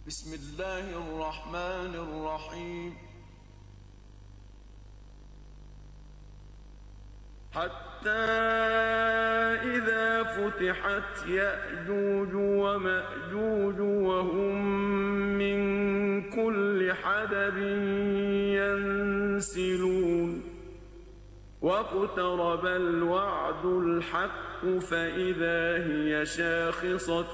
بسم الله الرحمن الرحيم. حتى إذا فتحت يأجوج ومأجوج وهم من كل حدب ينسلون واقترب الوعد الحق فإذا هي شاخصة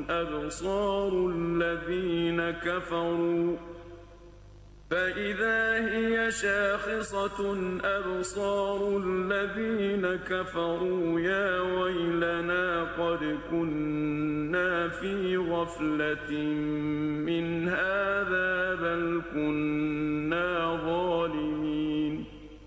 أبصار الذين كفروا يا ويلنا قد كنا في غفلة من هذا بل كنا ظالمين.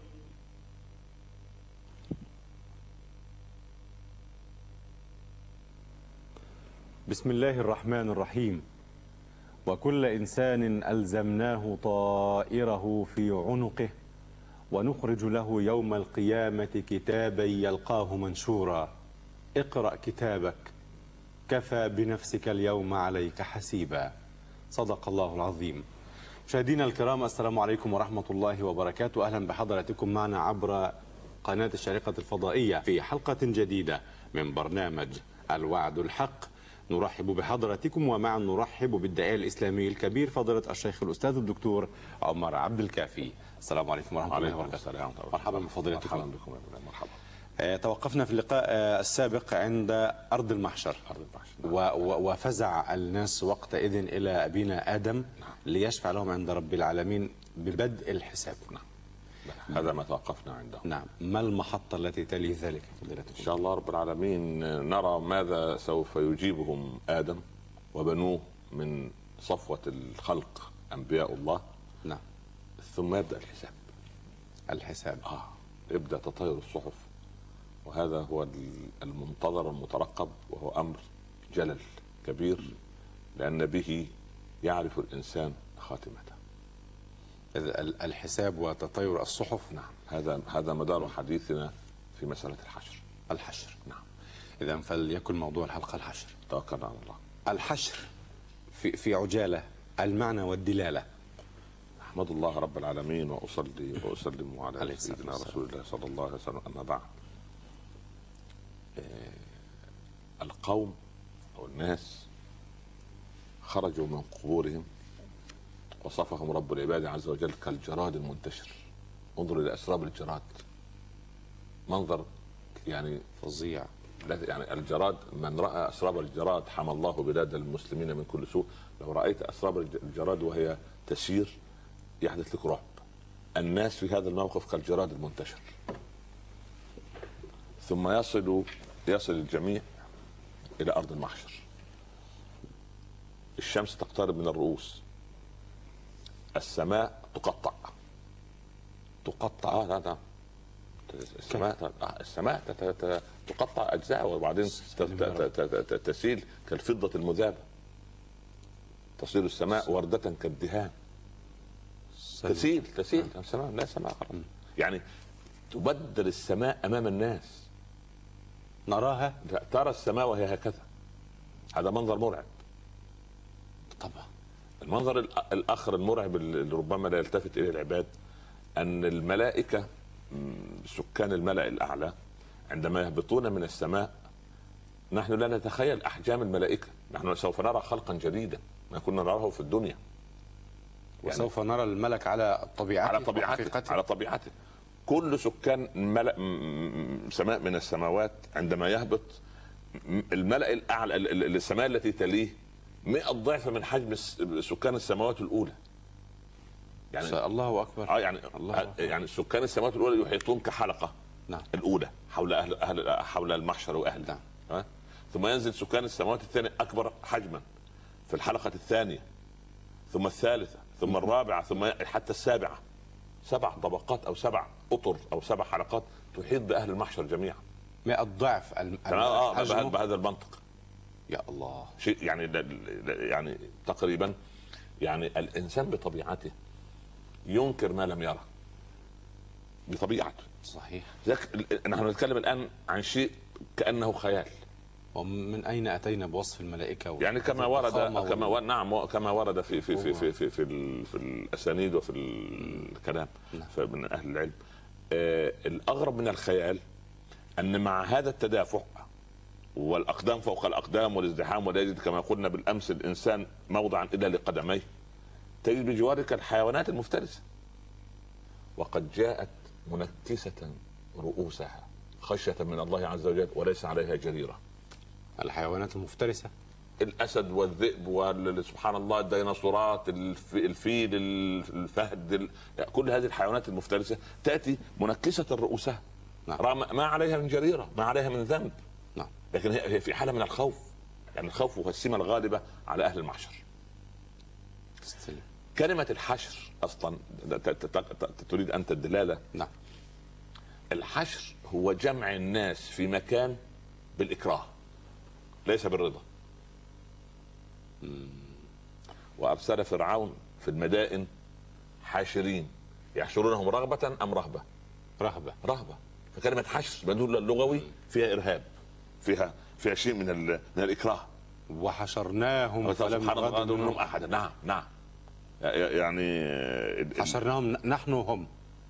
بسم الله الرحمن الرحيم. وكل إنسان ألزمناه طائره في عنقه ونخرج له يوم القيامة كتابا يلقاه منشورا اقرأ كتابك كفى بنفسك اليوم عليك حسيبا. صدق الله العظيم. مشاهدينا الكرام، السلام عليكم ورحمة الله وبركاته. أهلا بحضراتكم معنا عبر قناة الشارقة الفضائية في حلقة جديدة من برنامج الوعد الحق. نرحب بحضراتكم ومعا نرحب بالداعية الإسلامي الكبير فضيلة الشيخ الأستاذ الدكتور عمر عبد الكافي. السلام عليكم ورحمة الله وبركاته. مرحبا بفضيلتكم. مرحبا بكم. مرحبا. توقفنا في اللقاء السابق عند أرض المحشر وفزع الناس وقتئذ إلى أبينا آدم ليشفع لهم عند رب العالمين ببدء الحساب. هذا ما توقفنا عنده. نعم، ما المحطة التي تلي ذلك فضيلتكم؟ إن شاء الله رب العالمين نرى ماذا سوف يجيبهم آدم وبنوه من صفوة الخلق أنبياء الله. نعم. ثم يبدأ الحساب. يبدأ تطاير الصحف، وهذا هو المنتظر المترقب، وهو أمر جلل كبير لأن به يعرف الإنسان خاتمته. الحساب وتطاير الصحف. نعم، هذا مدار حديثنا في مسألة الحشر. نعم. إذا فليكن موضوع الحلقة الحشر. توكلنا على الله. الحشر في عجالة المعنى والدلالة. أحمد الله رب العالمين وأصلي وأسلم على سيدنا رسول الله صلى الله عليه وسلم. أما بعد، القوم أو الناس خرجوا من قبورهم وصفهم رب العباد عز وجل كالجراد المنتشر. انظر إلى أسراب الجراد، منظر يعني فظيع. يعني الجراد، من رأى أسراب الجراد حمى الله بلاد المسلمين من كل سوء. لو رأيت أسراب الجراد وهي تسير يحدث لك رعب. الناس في هذا الموقف كالجراد المنتشر. ثم يصل الجميع إلى أرض المحشر. الشمس تقترب من الرؤوس، السماء تقطع. لا. السماء تقطع أجزاء وبعدين تسيل كالفضة المذابة. تصير السماء وردة كالدهان. تسيل السماء لا سماء خلاص. يعني تبدل السماء أمام الناس، نراها. ترى السماء وهي هكذا. هذا منظر مرعب طبعا. المنظر الآخر المرعب اللي ربما لا يلتفت إليه العباد، أن الملائكة سكان الملأ الأعلى عندما يهبطون من السماء، نحن لا نتخيل أحجام الملائكة. نحن سوف نرى خلقا جديدا ما كنا نراه في الدنيا، وسوف نرى الملك على طبيعته. كل سكان ملأ سماء من السماوات عندما يهبط الملأ الأعلى، السماء التي تليه 100 ضعف من حجم سكان السماوات الأولى. يعني الله أكبر. يعني سكان السماوات الأولى يحيطون كحلقة. نعم. الأولى حول المحشر وأهله. نعم. ثم ينزل سكان السماوات الثانية أكبر حجما في الحلقة الثانية، ثم الثالثة، ثم الرابعة، ثم حتى السابعة. 7 طبقات أو 7 أطر أو 7 حلقات تحيط بأهل المحشر جميعا. 100 ضعف بهذا المنطق. يا الله. شيء يعني تقريبا يعني الإنسان بطبيعته ينكر ما لم يره بطبيعته. صحيح. نحن نتكلم الآن عن شيء كأنه خيال. ومن أين أتينا بوصف الملائكة؟ يعني كما ورد في الأسانيد وفي الكلام من أهل العلم. الأغرب من الخيال أن مع هذا التدافع والأقدام فوق الأقدام والازدحام، ولا يجد كما قلنا بالأمس الإنسان موضعا إلا لقدميه، تجد بجوارك الحيوانات المفترسة، وقد جاءت منكسة رؤوسها خشية من الله عز وجل وليس عليها جريرة. الحيوانات المفترسة، الأسد والذئب وسبحان الله الديناصورات، الفيل، الفهد، كل هذه الحيوانات المفترسة تأتي منكسة رؤوسها. نعم. ما عليها من جريرة، ما عليها من ذنب. نعم. لكن هي في حالة من الخوف، يعني الخوف هو السمة الغالبة على أهل المحشر. كلمة الحشر أصلا تريد أنت الدلالة؟ نعم. الحشر هو جمع الناس في مكان بالإكراه ليس بالرضا. وأرسل فرعون في المدائن حاشرين يحشرونهم رغبة أم رهبة؟ رهبة. فكلمة حشر بدون اللغوي فيها إرهاب، فيها شيء من الإكراه. وحشرناهم فلم نغادر منهم أحدا. نعم. يعني حشرناهم نحن هم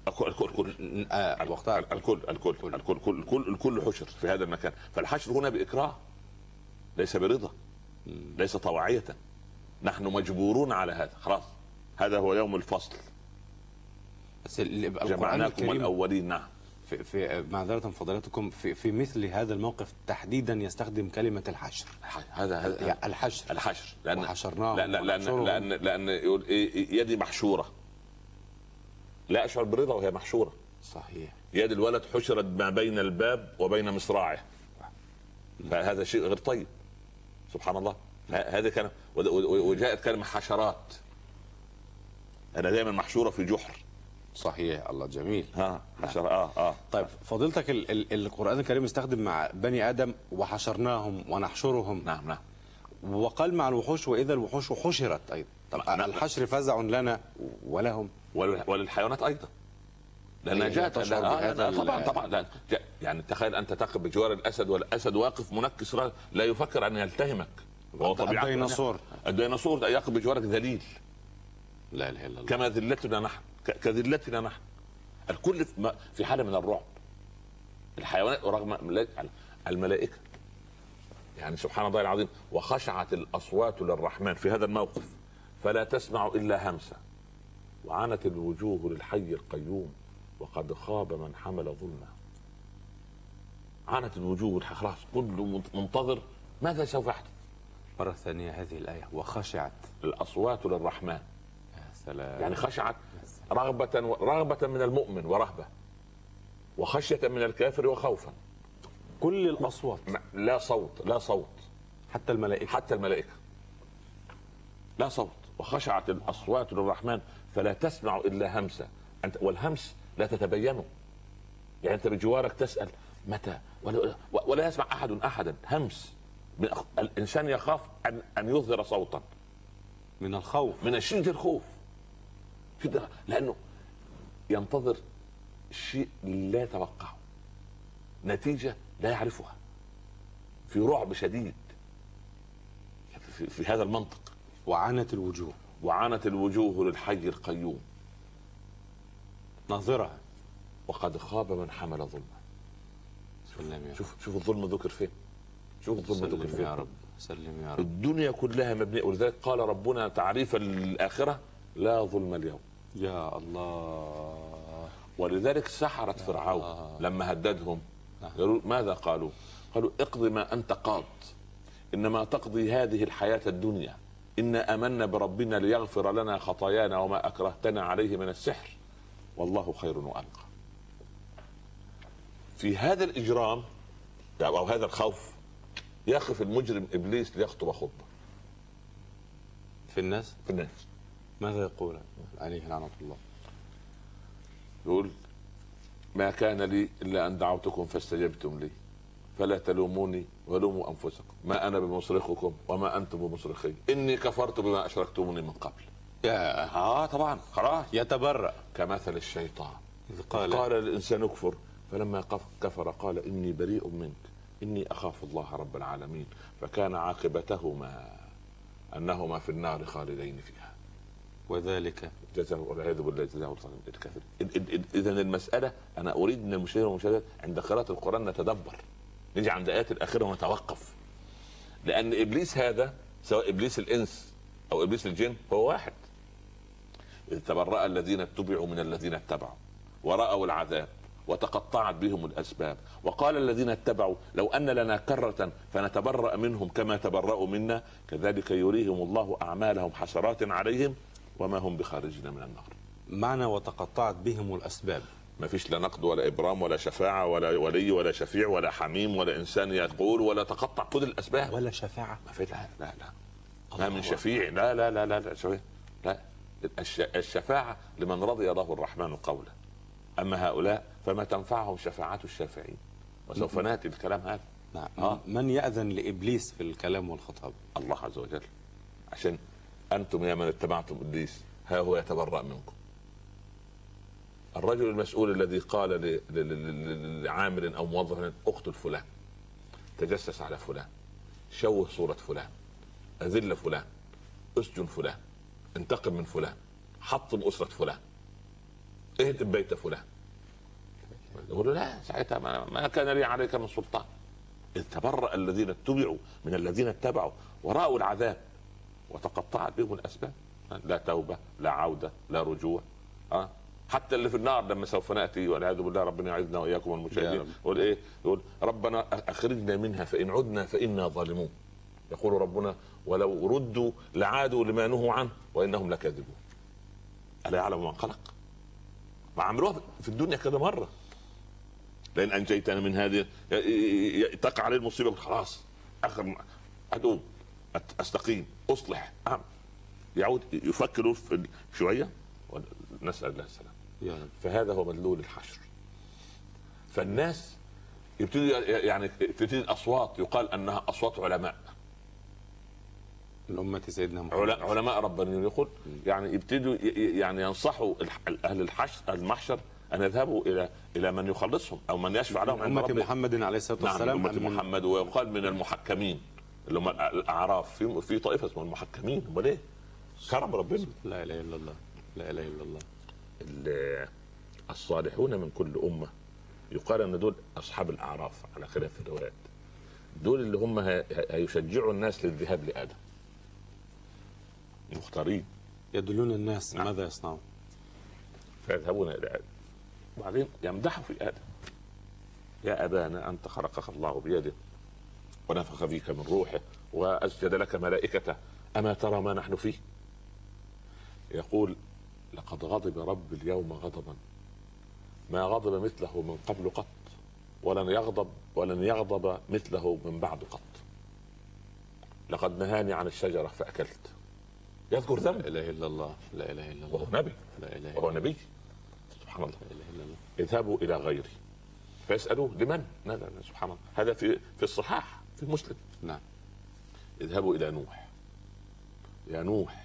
الكل حشر في هذا المكان. فالحشر هنا بإكراه ليس برضا، ليس طوعية. نحن مجبورون على هذا، خلاص هذا هو يوم الفصل. بس جمعناكم الأولين. نعم. في معذرة فضيلتكم، في مثل هذا الموقف تحديدا يستخدم كلمة الحشر. هذا يعني الحشر لأن وحشرناهم لأن يقول يدي محشورة، لا أشعر برضا وهي محشورة. صحيح. يد الولد حشرت ما بين الباب وبين مصراعه، فهذا شيء غير طيب. سبحان الله. هذا كان وجاءت كلمة حشرات، أنا دائما محشورة في جحر. صحيح. الله جميل. حشر. طيب فضيلتك، القرآن الكريم استخدم مع بني آدم وحشرناهم ونحشرهم. نعم. وقال مع الوحوش وإذا الوحوش حشرت أيضا. طب الحشر فزع لنا ولهم وللحيوانات أيضا، لأنها جاءت طبعا. يعني تخيل أنت تقف بجوار الأسد والأسد واقف منكس لا يفكر أن يلتهمك. الديناصور يقف بجوارك ذليل. لا إله إلا الله. كما ذلتنا نحن، كذلتنا نحن. الكل في حالة من الرعب. الحيوانات رغم الملائكة، يعني سبحان الله العظيم. وخشعت الأصوات للرحمن في هذا الموقف فلا تسمع إلا همسة، وعنت الوجوه للحي القيوم وقد خاب من حمل ظلمه. عنت الوجوه، خلاص كل منتظر ماذا سوف يحدث. مرة ثانية هذه الآية، وخشعت الأصوات للرحمن. يا سلام. يعني خشعت رغبة من المؤمن ورهبة، وخشية من الكافر وخوفا. كل الأصوات، لا صوت. حتى الملائكة لا صوت. وخشعت الأصوات للرحمن فلا تسمع إلا همسة. والهمس لا تتبينه، يعني أنت بجوارك تسأل متى ولا يسمع أحدا. همس. الإنسان يخاف أن يظهر صوتا من الخوف، من شدة الخوف، لأنه ينتظر شيء لا يتوقعه، نتيجة لا يعرفها، في رعب شديد في هذا المنطق. وعنت الوجوه للحي القيوم ناظرها وقد خاب من حمل ظلمه. شوف الظلم ذكر فين. يا رب. سلم يا رب. الدنيا كلها مبنية، ولذلك قال ربنا تعريفا للآخرة: لا ظلم اليوم. يا الله. ولذلك سحرت فرعون لما هددهم ماذا قالوا؟ اقضي ما أنت قاض، إنما تقضي هذه الحياة الدنيا، إنا آمنا بربنا ليغفر لنا خطايانا وما أكرهتنا عليه من السحر والله خير وأبقى. في هذا الإجرام أو هذا الخوف يقف المجرم إبليس ليخطب خطبة في الناس. ماذا يقول عليه لعنة الله؟ يقول: ما كان لي إلا أن دعوتكم فاستجبتم لي فلا تلوموني ولوموا أنفسكم، ما أنا بمصرخكم وما أنتم بمصرخي، إني كفرت بما أشركتموني من قبل. طبعا خلاص يتبرأ كمثل الشيطان إذ قال الإنسان اكفر فلما كفر قال إني بريء منك إني أخاف الله رب العالمين فكان عاقبتهما أنهما في النار خالدين فيها وذلك جزاء والعياذ بالله جزاء الكافر. إذا المسألة أنا أريد من المشاهدين والمشاهدات عند قراءة القرآن نتدبر، نيجي عند آيات الأخيرة ونتوقف، لأن إبليس هذا سواء إبليس الإنس أو إبليس الجن هو واحد. إذ تبرأ الذين اتبعوا من الذين اتبعوا ورأوا العذاب وتقطعت بهم الأسباب وقال الذين اتبعوا لو أن لنا كرة فنتبرأ منهم كما تبرأوا منا كذلك يريهم الله أعمالهم حسرات عليهم وما هم بخارجين من النار. معنى وتقطعت بهم الأسباب، ما فيش لا نقد ولا إبرام ولا شفاعة ولا ولي ولا شفيع ولا حميم ولا إنسان يقول ولا تقطع كل الأسباب ولا شفاعة. ما في لا ما من شفيع لا شفيع لا. الشفاعة لمن رضي له الرحمن قولا، أما هؤلاء فما تنفعهم شفاعة الشافعين، وسوف نأتي الكلام هذا. نعم. من يأذن لإبليس في الكلام والخطاب؟ الله عز وجل، عشان أنتم يا من اتبعتم إبليس ها هو يتبرأ منكم. الرجل المسؤول الذي قال لعامل أو موظف اقتل فلان، تجسس على فلان، شوه صورة فلان، أذل فلان، اسجن فلان، انتقم من فلان، حطم أسرة فلان، اهدم بيت فلان، يقول لا ساعتها ما كان لي عليك من سلطان. إذ تبرأ الذين اتبعوا من الذين اتبعوا ورأوا العذاب وتقطعت بهم الأسباب. لا توبة لا عودة لا رجوع. حتى اللي في النار لما سوف نأتي والعياذ بالله ربنا يعيذنا وإياكم المشاهدين يقول إيه؟ يقول ربنا أخرجنا منها فإن عدنا فإنا ظالمون. يقول ربنا ولو ردوا لعادوا لما نهوا عنه وإنهم لكاذبون. ألا يعلم من خلق؟ ما عملوها في الدنيا كذا مرة. لأن أنجيتنا من هذه تقع عليه المصيبة خلاص آخر أدوم أستقيم أصلح يعود يفكروا في شوية ونسأل الله السلام. فهذا هو مدلول الحشر. فالناس يبتدي يعني تبتدي الأصوات يقال أنها أصوات علماء من أمة سيدنا محمد، علماء ربانيون. يقول يعني يبتدوا يعني ينصحوا أهل الحشر المحشر أن يذهبوا إلى من يخلصهم أو من يشفع لهم عند أمة محمد عليه الصلاة والسلام. نعم أمة محمد. ويقال من المحكمين اللي هم الأعراف، في طائفة اسمها المحكمين. هم ليه؟ كرم ربنا. لا إله إلا الله لا إله إلا الله. الصالحون من كل أمة يقال أن دول أصحاب الأعراف على خلاف الروايات، دول اللي هم هيشجعوا الناس للذهاب لآدم، مختارين يدلون الناس ماذا يصنعون، فيذهبون إلى آدم وبعدين يمدحوا في آدم. يا أبانا أنت خلقك الله بيده ونفخ فيك من روحه وأسجد لك ملائكته أما ترى ما نحن فيه. يقول لقد غضب رب اليوم غضبا ما غضب مثله من قبل قط ولن يغضب مثله من بعد قط. لقد نهاني عن الشجرة فأكلت. يذكر ذنب. لا إله إلا الله لا إله إلا الله. وهو نبي. لا إله وهو نبي سبحان الله. لا إله إلا الله. اذهبوا إلى غيري فيسألوه لمن؟ لا سبحان الله. هذا في الصحاح في مسلم. نعم. اذهبوا إلى نوح. يا نوح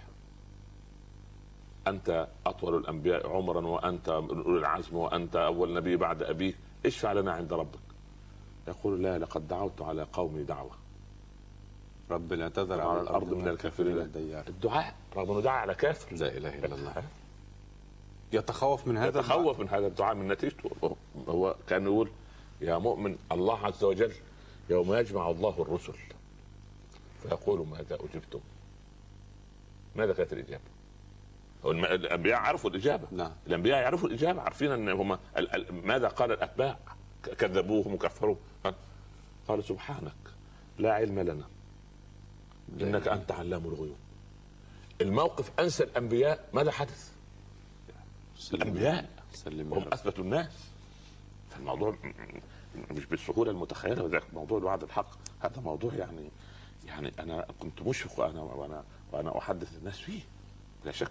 أنت أطول الأنبياء عمرا وأنت أولي العزم وأنت أول نبي بعد أبيك، اشفع لنا عند ربك. يقول لا لقد دعوت على قومي دعوة رب لا تذر على الأرض من الكافرين الدعاء، رغم أنه دعا على كافر. لا إله إلا الله. يتخوف من هذا، يتخوف من هذا الدعاء من نتيجته. هو كان يقول يا مؤمن الله عز وجل يوم يجمع الله الرسل فيقول ماذا أجبتم؟ ماذا كانت الإجابة؟ الأنبياء عرفوا الإجابة. نعم. الأنبياء يعرفوا الإجابة، عارفين أن هم ماذا قال الأتباع كذبوهم وكفروهم. قال سبحانك لا علم لنا إنك أنت علام الغيوب. الموقف أنسى الأنبياء ماذا حدث. الأنبياء هم أثبتوا الناس. فالموضوع مش بالسهولة المتخيلة. وذلك موضوع الوعد الحق هذا موضوع يعني أنا كنت مشفق وأنا أحدث الناس فيه لا شك.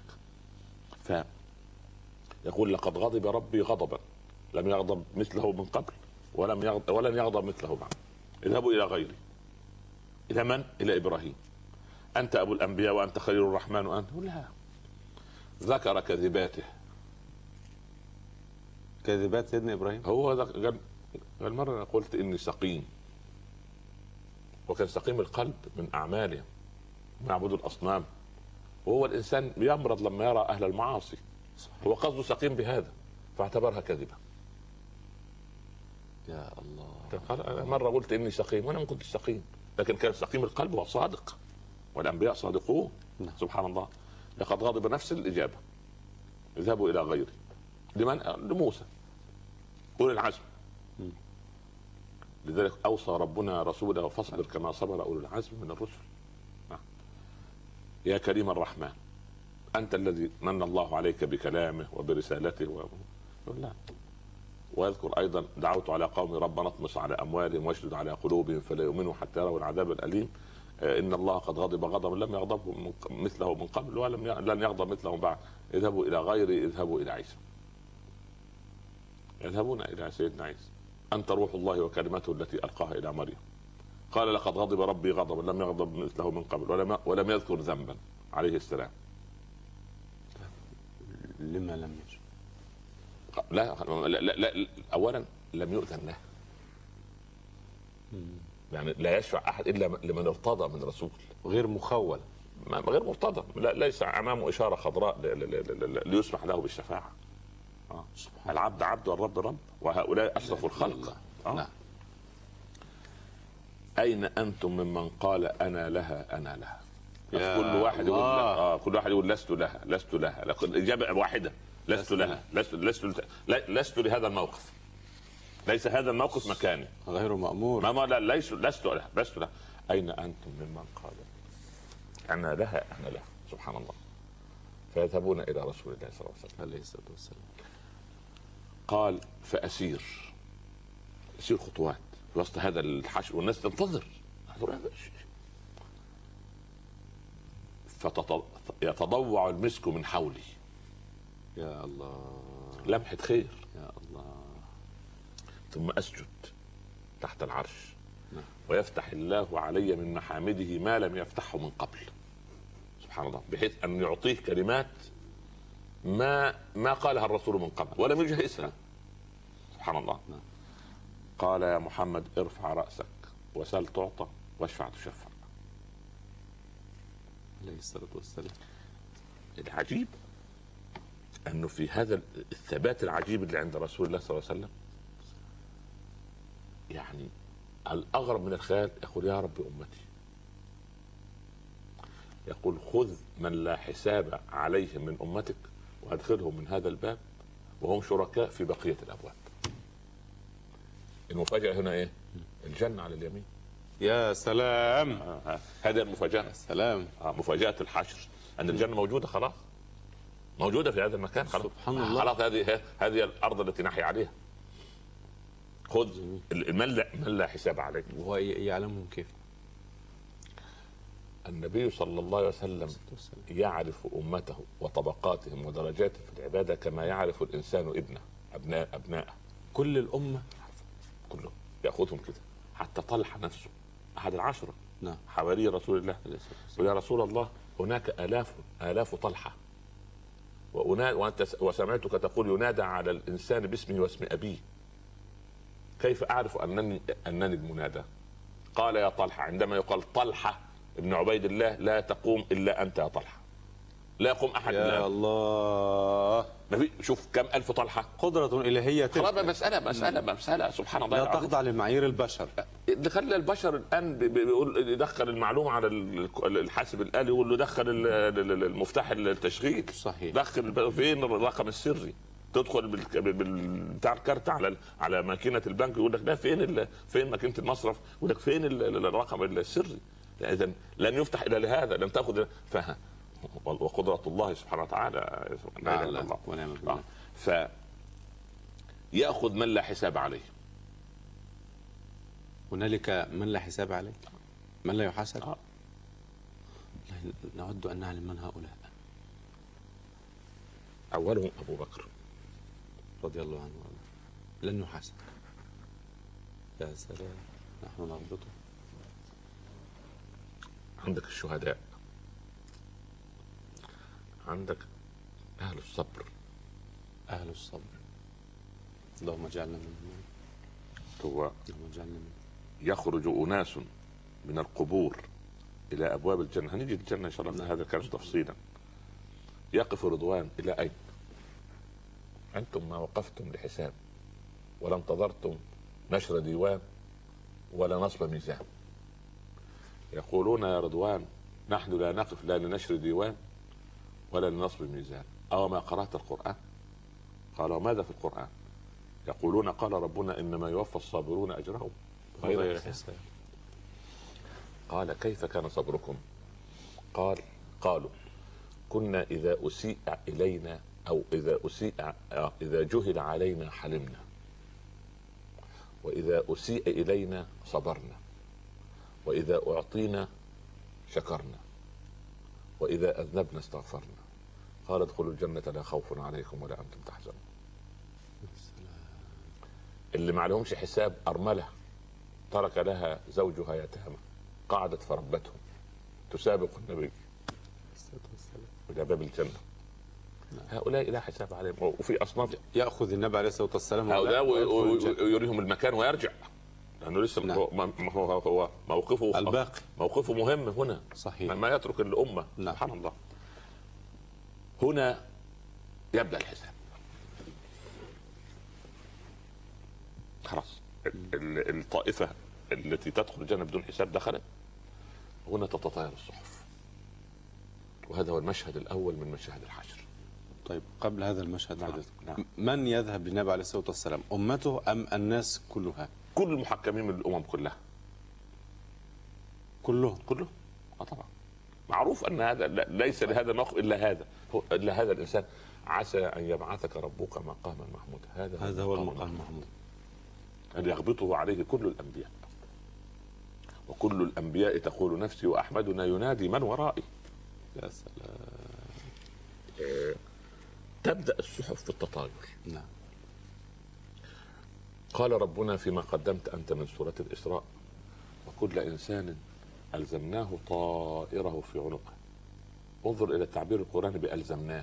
فيقول لقد غضب ربي غضبا لم يغضب مثله من قبل ولن يغضب مثله بعد. اذهبوا إلى غيري. إلى من؟ إلى إبراهيم. أنت أبو الأنبياء وأنت خليل الرحمن وأنت لا. ذكر كذباته. كذبات سيدنا إبراهيم. هو قال مرة قلت إني سقيم وكان سقيم القلب من اعمالهم يعبدوا الاصنام، وهو الانسان يمرض لما يرى اهل المعاصي. هو قصده سقيم بهذا فاعتبرها كذبه. يا الله. أنا مرة قلت إني سقيم وأنا ما كنت سقيم، لكن كان سقيم القلب وصادق، والأنبياء صادقون. سبحان الله. لقد غضب نفس الإجابة، اذهبوا إلى غيري. لمن؟ لموسى أولي العزم. لذلك أوصى ربنا رسوله فاصبر كما صبر أولي العزم من الرسل. يا كريم الرحمن، أنت الذي من الله عليك بكلامه وبرسالته لا. ويذكر ايضا دعوت على قومي ربنا اطمس على اموالهم واشدد على قلوبهم فلا يؤمنوا حتى يروا العذاب الاليم. ان الله قد غضب غضبا لم يغضبه مثله من قبل لن يغضب مثله بعد. اذهبوا الى غيري، اذهبوا الى عيسى. يذهبون الى سيدنا عيسى. انت روح الله وكلمته التي القاها الى مريم. قال لقد غضب ربي غضبا لم يغضب مثله من قبل ولم يذكر ذنبا عليه السلام. لما لم يجب؟ لا اولا لم يؤذن له، يعني لا يشفع احد الا لمن ارتضى من رسول، غير مخول، غير مرتضى، ليس امامه اشاره خضراء ليسمح له بالشفاعه. العبد عبد والرب رب، وهؤلاء اشرف الخلق. نعم. اين انتم ممن قال انا لها انا لها؟ كل واحد يقول كل واحد يقول لست لها لست لها، الاجابه واحده، لست لها لست لهذا الموقف، ليس هذا الموقف مكاني، غير مأمور. ما لا لست لها. اين انتم ممن قال انا لها انا لها؟ سبحان الله. فيذهبون الى رسول الله صلى الله عليه وسلم. قال فاسير خطوات في وسط هذا الحشر والناس تنتظر، يتضوع المسك من حولي. يا الله، لمحة خير. يا الله. ثم أسجد تحت العرش. ويفتح الله علي من محامده ما لم يفتحه من قبل. سبحان الله. بحيث أن يعطيه كلمات ما قالها الرسول من قبل ولم يجهزها. سبحان الله. قال يا محمد ارفع رأسك وسل تعطى واشفع تشفع. عليه الصلاة والسلام. العجيب انه في هذا الثبات العجيب اللي عند رسول الله صلى الله عليه وسلم، يعني الاغرب من الخيال، يقول يا رب امتي، يقول خذ من لا حساب عليهم من امتك وادخلهم من هذا الباب وهم شركاء في بقيه الابواب. المفاجاه هنا ايه؟ الجنه على اليمين. يا سلام. هذه المفاجاه. سلام. مفاجاه الحشر ان الجنه موجوده، خلاص موجوده في هذا المكان، خلاص. سبحان الله. خلاص هذه الارض التي نحيا عليها. خذ من لا حساب عليه. وهو يعلمهم كيف؟ النبي صلى الله عليه وسلم يعرف امته وطبقاتهم ودرجاتهم في العباده كما يعرف الانسان ابناءه. كل الامه كلهم ياخذهم كده، حتى طلحه نفسه احد العشره. نعم. حواري رسول الله. ويا رسول الله هناك آلاف طلحه، وسمعتك تقول ينادى على الانسان باسمه واسم ابيه، كيف اعرف انني المنادى؟ قال يا طلحه، عندما يقال طلحه ابن عبيد الله لا تقوم الا انت يا طلحه، لا يقوم احد. يا الله. شوف كم الف طلحه. قدره الهيه. مساله سبحان الله. لا تخضع لمعايير البشر. اللي خلى البشر الان بيقول يدخل المعلومه على الحاسب الالي، يقول له دخل المفتاح التشغيل. صحيح. دخل فين الرقم السري، تدخل بتاع الكارت على ماكينه البنك، يقول لك ده فين ماكينه المصرف، يقول لك فين الرقم السري. اذا لن يفتح الا لهذا، لن تاخذ فهم وقدره الله سبحانه وتعالى. لا اله الا الله ونعم بالله. فياخذ من لا حساب عليه. هنالك من لا حساب عليه، من لا يحاسب. نود ان نعلم من هؤلاء. اولهم ابو بكر رضي الله عنه لن يحاسب. يا سلام، نحن نربطه. عندك الشهداء، عندك أهل الصبر. أهل الصبر، اللهم اجعلنا منهم. اللهم اجعلنا منهم. يخرج أناس من القبور الى ابواب الجنه، هنيجي الجنه ان شاء الله في هذا الكلام تفصيلا. يقف رضوان الى اين؟ انتم ما وقفتم لحساب ولا انتظرتم نشر ديوان ولا نصب ميزان. يقولون يا رضوان نحن لا نقف لا لنشر ديوان ولا لنصب ميزان، أو ما قرأت القرآن؟ قال وماذا في القرآن؟ يقولون قال ربنا إنما يوفى الصابرون أجرهم غير حساب. قال كيف كان صبركم؟ قالوا كنا إذا أسيء إلينا أو إذا جهل علينا حلمنا، وإذا أسيء إلينا صبرنا، وإذا أعطينا شكرنا، وإذا أذنبنا استغفرنا. قال ادخلوا الجنة لا خوف عليكم ولا أنتم تحزنون. اللي ما عليهمش حساب أرملة ترك لها زوجها يتامى قعدت فربتهم تسابق النبي إلى باب الجنة. هؤلاء لا حساب عليهم. وفي أصناف يأخذ النبي عليه الصلاة والسلام هؤلاء ويريهم المكان ويرجع، لأنه لسه نعم. هو موقفه الباقي، موقفه مهم هنا. صحيح. ما يترك الأمة. نعم. سبحان الله. هنا يبدأ الحساب. خلاص الطائفة التي تدخل الجنة بدون حساب دخلت. هنا تتطاير الصحف، وهذا هو المشهد الأول من مشاهد الحشر. طيب قبل هذا المشهد نعم. حدث نعم. من يذهب للنبي عليه الصلاة والسلام، أمته أم الناس كلها؟ كل المحكمين من الأمم كلها. كلهم طبعا معروف أن هذا ليس لهذا الموقف إلا هذا الإنسان. عسى أن يبعثك ربك مقاما محمودا. هذا هو المقام المحمود أن يغبطه عليه كل الأنبياء، وكل الأنبياء تقول نفسي وأحمدنا ينادي من ورائي. يا سلام. تبدأ الصحف في التطاير. نعم. قال ربنا فيما قدمت أنت من سورة الإسراء وكل إنسان ألزمناه طائره في عنقه. انظر إلى التعبير القرآني بألزمناه،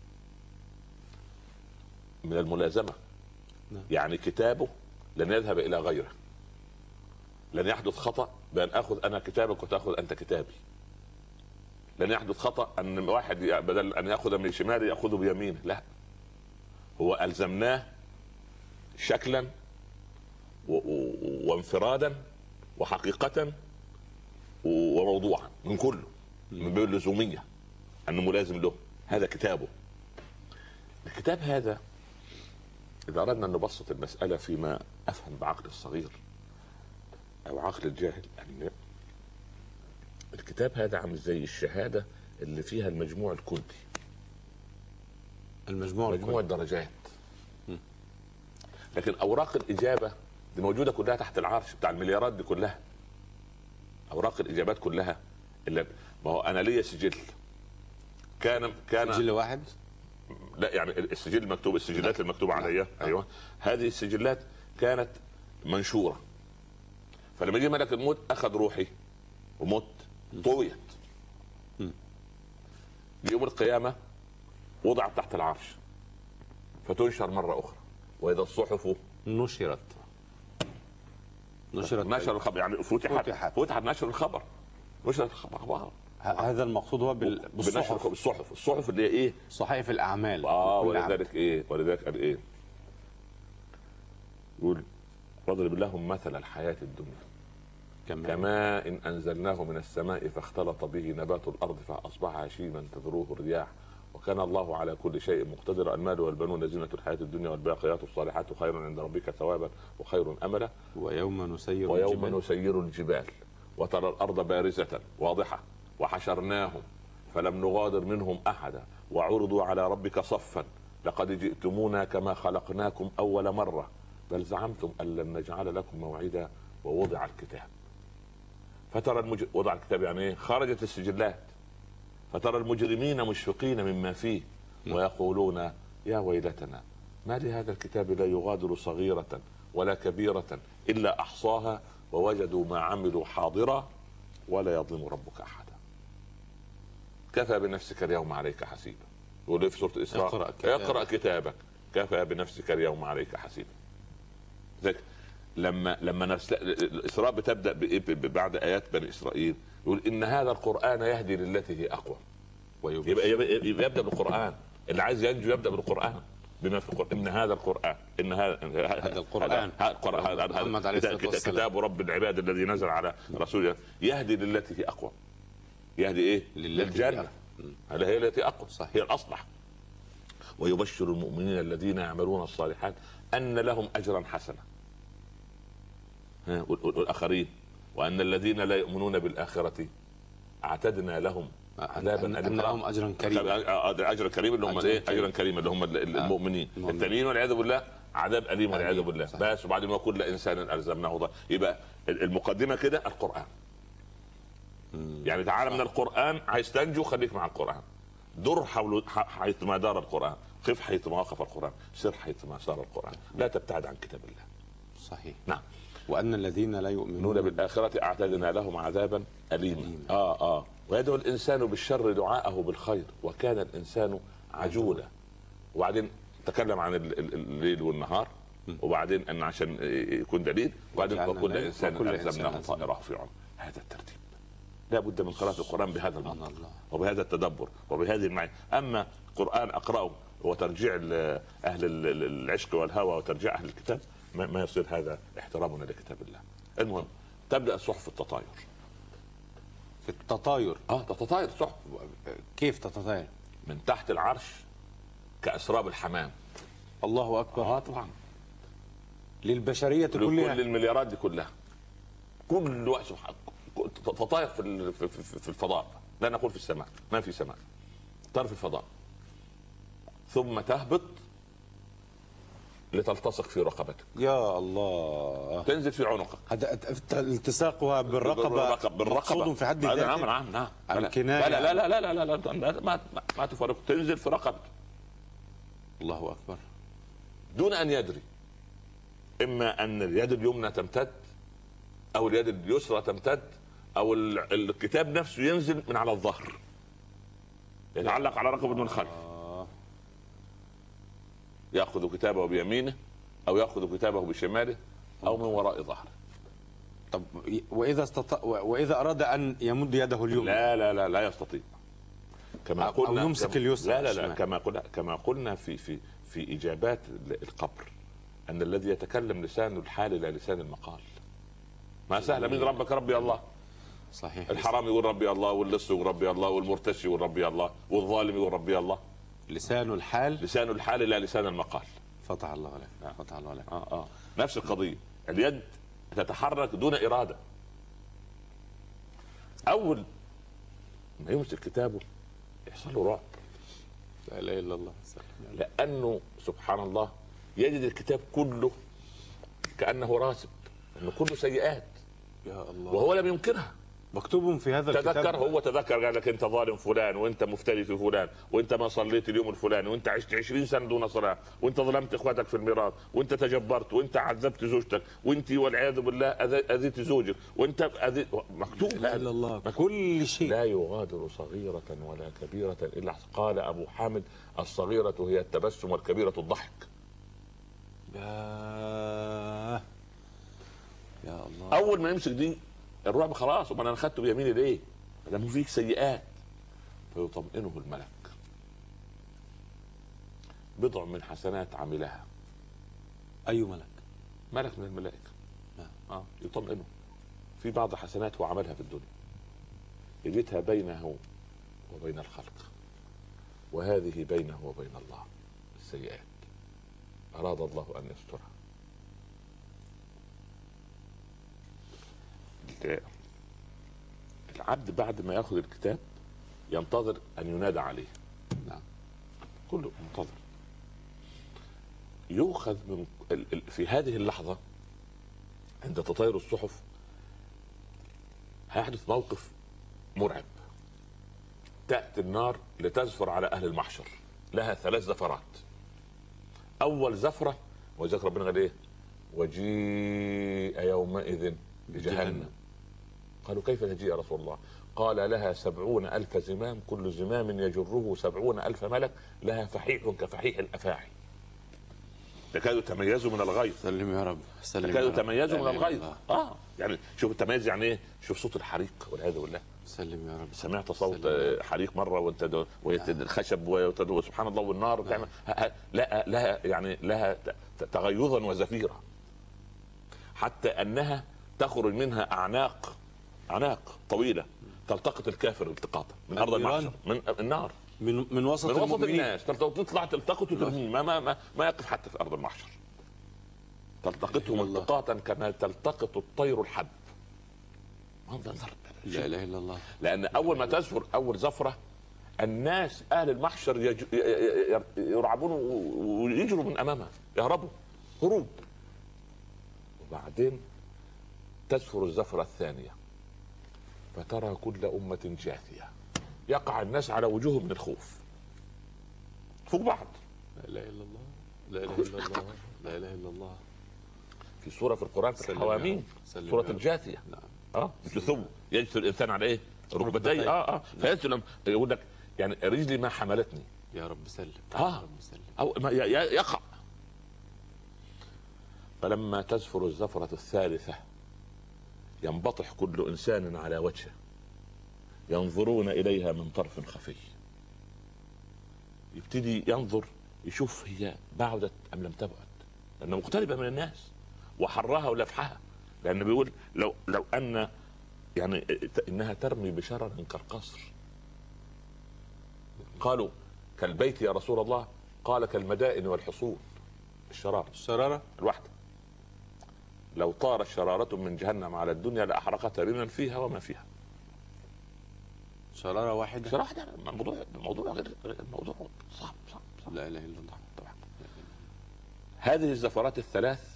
من الملازمة. نعم. يعني كتابه لن يذهب إلى غيره، لن يحدث خطأ بأن أخذ أنا كتابك وتأخذ أنت كتابي. لن يحدث خطأ أن واحد بدل أن يأخذ من شماله يأخذه بيمينه، لا، هو ألزمناه شكلا وانفرادا وحقيقة وموضوعا من كله، من باب اللزومية أنه ملازم له. هذا كتابه. الكتاب هذا إذا أردنا أن نبسط المسألة فيما أفهم بعقل الصغير أو عقل الجاهل، أن الكتاب هذا عامل زي الشهادة اللي فيها المجموع الكلي، مجموع الدرجات. لكن أوراق الإجابة دي موجودة كلها تحت العرش بتاع المليارات دي كلها. أوراق الإجابات كلها اللي ما هو أنا ليا سجل كان سجل واحد، لا يعني السجل المكتوب، السجلات المكتوبة عليها. أيوة، هذه السجلات كانت منشورة. فلما جه ملك الموت أخذ روحي ومت طويت. يوم القيامة وضعت تحت العرش فتنشر مرة أخرى. وإذا الصحف نشر الخبر، يعني فتحت نشر الخبر، نشر الخبر. هذا المقصود هو الصحف اللي هي ايه؟ صحائف الاعمال. ولذلك ايه؟ ولذلك قال ايه؟ يقول واضرب لهم مثل الحياة الدنيا كماء إن أنزلناه من السماء فاختلط به نبات الأرض فأصبح هشيما تذروه الرياح وكان الله على كل شيء مقتدر. المال والبنون زينة الحياة الدنيا والباقيات الصالحات خير عند ربك ثوابا وخير أملا. ويوم نسير الجبال وترى الأرض بارزة واضحة وحشرناهم فلم نغادر منهم أحدا وعرضوا على ربك صفا لقد جئتمونا كما خلقناكم أول مرة بل زعمتم أن لن نجعل لكم موعدا ووضع الكتاب فترى وضع الكتاب يعني ايه؟ خرجت السجلات فترى المجرمين مشفقين مما فيه ويقولون يا ويلتنا ما لهذا الكتاب لا يغادر صغيرة ولا كبيرة إلا أحصاها ووجدوا ما عملوا حاضرا ولا يظلم ربك أحدا. كفى بنفسك اليوم عليك حسيبا. يقول في سورة الإسراء اقرأ كتابك كفى بنفسك اليوم عليك حسيبا. ذلك لما الاسراء بتبدا بعد ايات بني اسرائيل يقول ان هذا القران يهدي للتي هي اقوى. يبقى يبدا بالقران، اللي عايز ينجو يبدا بالقران بما في القران. ان هذا القران، ان هذا القران هذا كتاب رب العباد الذي نزل على رسوله يهدي للتي هي اقوى. يهدي ايه؟ للجنه. هذا هي التي اقوى، هي الاصلح. ويبشر المؤمنين الذين يعملون الصالحات ان لهم اجرا حسنا. والاخرين وان الذين لا يؤمنون بالاخره اعتدنا لهم عذابا أن لهم اجرا كريما. اجر كريم اللي هم ايه؟ اجرا كريما اللي هم المؤمنين. التانيين والعياذ بالله عذاب اليم والعياذ بالله. بس وبعدين وكل انسان الزمناه يبقى المقدمه كده القران. يعني تعالى من القران، عايز تنجو خليك مع القران. در حول حيثما دار القران، قف حيثما وقف القران، سر حيثما سار القران، لا تبتعد عن كتاب الله. صحيح. نعم. وان الذين لا يؤمنون بالاخره اعتدنا لهم عذابا اليما. ويدعو الانسان بالشر دعاءه بالخير وكان الانسان عجولا. وبعدين تكلم عن الليل والنهار، وبعدين ان عشان يكون دليل، وبعدين وكل انسان الزمناه طائره في عنقه. هذا الترتيب. لا بد من قراءه القران بهذا المنطق وبهذا التدبر وبهذه المعاني. اما القران اقراه وترجيع اهل العشق والهوى وترجيع اهل الكتاب، ما يصير هذا احترامنا لكتاب الله. المهم تبدا الصحف التطاير. في التطاير؟ تتطاير صحف. كيف تتطاير؟ من تحت العرش كاسراب الحمام. الله اكبر. طبعا للبشريه كلها، كل المليارات دي كلها، كل وقت تطاير في الفضاء، لا نقول في السماء، ما في سماء، تطير في الفضاء ثم تهبط لتلتصق في رقبتك. يا الله. تنزل في عنقك. هذا التصاقها بالرقبه مقصود في حد ذاته. نعم. الكنايه. لا ما تفرق. تنزل في رقبتك. الله اكبر. دون ان يدري، اما ان اليد اليمنى تمتد او اليد اليسرى تمتد او الكتاب نفسه ينزل من على الظهر يتعلق على رقبه من خلف. ياخذ كتابه بيمينه او ياخذ كتابه بشماله او من وراء ظهره. طب واذا اراد ان يمد يده اليمنى؟ لا يستطيع. كما قلنا او يمسك اليسرى. لا كما قلنا في اجابات القبر ان الذي يتكلم لسان الحال لا لسان المقال. ما سهل. من ربك؟ ربي الله. صحيح. الحرام يقول ربي الله، واللص يقول ربي الله، والمرتشي يقول ربي الله، والظالم يقول ربي الله. لسان الحال لا لسان المقال. فتح الله عليك. فتح الله عليك. نفس القضيه. اليد تتحرك دون اراده. اول ما يمسك كتابه يحصل له رعب. لا اله الا الله. لانه سبحان الله يجد الكتاب كله كانه راسب، انه كله سيئات. يا الله. وهو لم ينكرها. مكتوب في هذا الكتاب. هو تذكر قال لك انت ظالم فلان، وانت مفتري في فلان، وانت ما صليت اليوم الفلاني، وانت عشت 20 سنه دون صلاه، وانت ظلمت اخواتك في الميراث، وانت تجبرت، وانت عذبت زوجتك، وانت والعياذ بالله اذيت زوجك، وانت مكتوب. لا اله الا الله. كل شيء. لا يغادر صغيره ولا كبيره الا قال ابو حامد الصغيره هي التبسم والكبيره الضحك. يا الله. اول ما يمسك دي الرعب خلاص. وما انا اخذته بيميني ليه؟ ما دام فيك سيئات. فيطمئنه الملك. بضع من حسنات عملها. اي ملك؟ ملك من الملائكه. يطمئنه في بعض حسنات هو عملها في الدنيا يجدها بينه وبين الخلق، وهذه بينه وبين الله السيئات أراد الله أن يسترها. العبد بعد ما يأخذ الكتاب ينتظر أن ينادى عليه. نعم. كله منتظر. يؤخذ من في هذه اللحظة عند تطاير الصحف هيحدث موقف مرعب. تأتي النار لتزفر على أهل المحشر، لها 3 زفرات. أول زفرة وذكر ربنا قال إيه؟ وجيء يومئذ بجهنم. قالوا كيف نجيء يا رسول الله؟ قال لها 70,000 زمام، كل زمام يجره 70,000 ملك، لها فحيح كفحيح الأفاعي. تكاد يتميزوا من الغيظ. سلم يا رب، سلم. تكاد يتميزوا من الغيظ. يعني شوف التميز يعني ايه؟ شوف صوت الحريق والعياذ بالله. سلم يا رب. سمعت صوت حريق مره وانت الخشب وسبحان الله والنار بتعمل لا يعني لها تغيظا وزفيرا، حتى انها تخرج منها اعناق طويله تلتقط الكافر التقاطا من ارض المحشر، من النار، من وسط الناس تطلع تلتقط ما يقف حتى في ارض المحشر، تلتقطهم التقاطا كما تلتقط الطير الحب. منظر لا اله الا الله. لان اول ما تزفر اول زفره الناس اهل المحشر يرعبون ويجروا من امامها، يهربوا هروب. وبعدين تزفر الزفره الثانيه فترى كل امه جاثيه، يقع الناس على وجوههم من الخوف فوق بعض. لا اله الا الله، لا اله الا الله، لا اله الا الله. في سوره في القران في الحواميم سوره الجاثيه. نعم. جثوم يجثو الانسان على ايه؟ ركبتيه. فيجثو يقول لك يعني رجلي ما حملتني. يا رب سلم. يا رب سلم. او يقع. فلما تزفر الزفرة الثالثة ينبطح كل انسان على وجهه ينظرون اليها من طرف خفي. يبتدي ينظر يشوف هي بعدت ام لم تبعد، لانها مقتربة من الناس وحرها ولفحها. لأنه بيقول لو أن يعني إنها ترمي بشرر كالقصر. قالوا كالبيت يا رسول الله، قال كالمدائن والحصون. الشرارة الواحدة لو طار شرارة من جهنم على الدنيا لأحرقت بمن فيها وما فيها. شرارة واحدة. الموضوع غير الموضوع صعب. لا إله إلا الله. طبعا هذه الزفرات الثلاث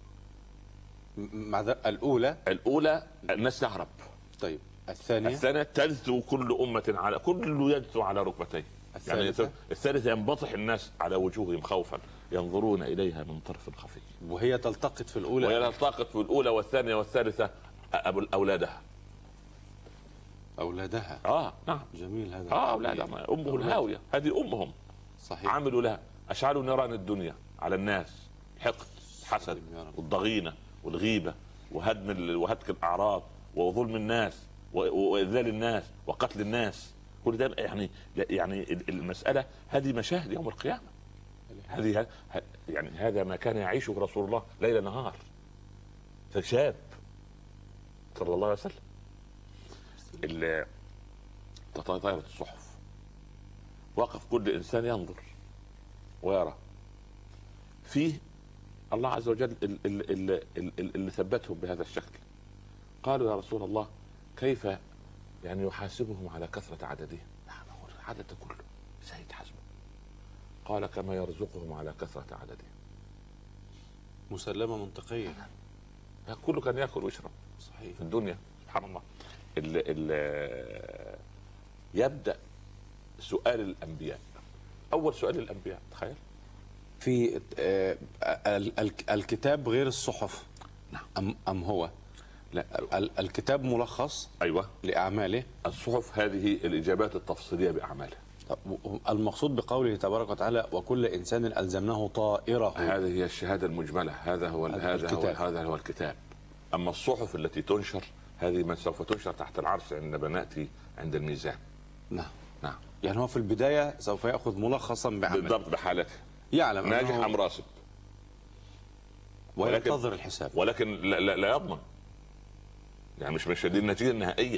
مع الأولى الناس تهرب. طيب الثانية تجثو كل أمة على كل يجثو على ركبتيه. يعني الثالثة ينبطح الناس على وجوههم خوفا ينظرون إليها من طرف خفي. وهي تلتقط في الأولى. وهي تلتقط في الأولى والثانية والثالثة أولادها. نعم. جميل هذا. أولادها أمه الهاوية، هذه أمهم. صحيح. عملوا لها، أشعلوا نيران الدنيا على الناس، حقد، حسد، والضغينة والغيبة وهتك الأعراض وظلم الناس وإذلال الناس وقتل الناس. كل ده يعني المسألة هذه مشاهد يوم القيامة. هذه يعني هذا ما كان يعيشه رسول الله ليل نهار. شاب صلى الله عليه وسلم. تطايرت الصحف، وقف كل إنسان ينظر ويرى فيه الله عز وجل اللي ثبتهم بهذا الشكل. قالوا يا رسول الله كيف يعني يحاسبهم على كثرة عددهم؟ عدد كله ازاي يتحاسبوا؟ قال كما يرزقهم على كثرة عددهم. مسلمة منطقية. كله كان يأكل ويشرب. صحيح. في الدنيا سبحان الله. يبدأ سؤال الأنبياء. أول سؤال الأنبياء تخيل في الكتاب غير الصحف. نعم. أم هو؟ لا، الكتاب ملخص. أيوة. لأعماله. الصحف هذه الإجابات التفصيلية بأعماله. المقصود بقوله تبارك وتعالى وكل إنسان ألزمناه طائره. هذه هي الشهادة المجملة. هذا هو الكتاب. أما الصحف التي تنشر هذه من سوف تنشر تحت العرش عندما نأتي عند الميزان. نعم. يعني هو في البداية سوف يأخذ ملخصا بعمله بالضبط بحالته، يعلم ناجح أم راسب، وينتظر الحساب، ولكن لا يضمن. يعني مش دي النتيجة النهائية.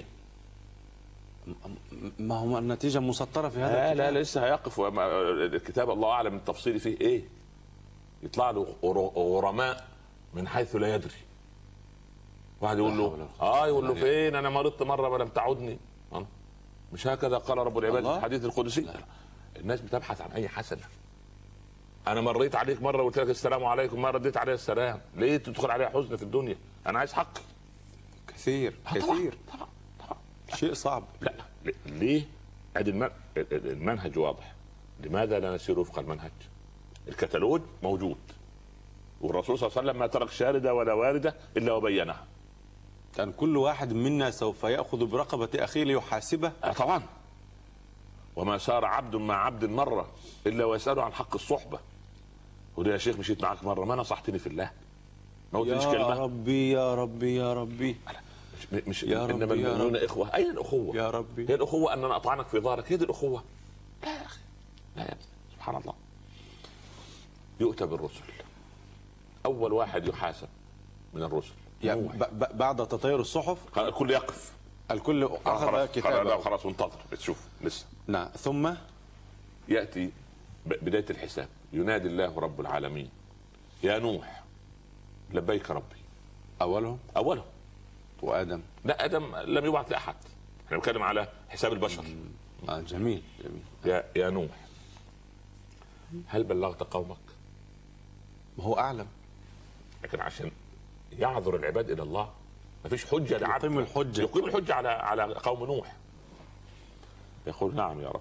ما هو النتيجة مسطرة في هذا الكتاب. لا لسه هيقف الكتاب الله أعلم التفصيل فيه إيه. يطلع له غرماء من حيث لا يدري. واحد يقول له يقول له فين أنا مرضت مرة ولم تعودني. مش هكذا قال رب العباد في الحديث القدسي؟ لا. الناس بتبحث عن أي حسنة. أنا مريت عليك مرة وقلت لك السلام عليكم، ما رديت عليه السلام، ليه تدخل عليها حزن في الدنيا؟ أنا عايز حقي. كثير. طبعا. شيء صعب. لا ليه؟ ادي المنهج واضح. لماذا لا نسير وفق المنهج؟ الكتالوج موجود، والرسول صلى الله عليه وسلم ما ترك شاردة ولا واردة إلا وبينها. كان كل واحد منا سوف يأخذ برقبة أخيه ليحاسبه. طبعا. وما سار عبد مع عبد مرة إلا ويسأله عن حق الصحبة. وليه يا شيخ مشيت معاك مره ما نصحتني في الله؟ ما قلتليش يا كلمه؟ ربي يا ربي يا ربي مش يا ربي انما يا المؤمنون ربي. اخوه. اين الاخوه؟ يا ربي. هي الاخوه ان انا اطعنك في ظهرك؟ هي دي الاخوه؟ لا يا اخي، لا يا ابني، سبحان الله. يؤتى بالرسل، اول واحد يحاسب من الرسل يعني بعد تطير الصحف الكل يقف، الكل اخذ كتابه. خلاص وانتظر تشوف لسه. نعم. ثم ياتي بدايه الحساب، ينادي الله رب العالمين يا نوح لبيك ربي. اولهم وادم. لا ادم لم يبعث لاحد، احنا بنتكلم على حساب البشر. جميل. يا نوح هل بلغت قومك؟ ما هو اعلم، لكن عشان يعذر العباد الى الله ما فيش حجه لعبد يقيم الحجه على قوم نوح. يقول نعم يا رب.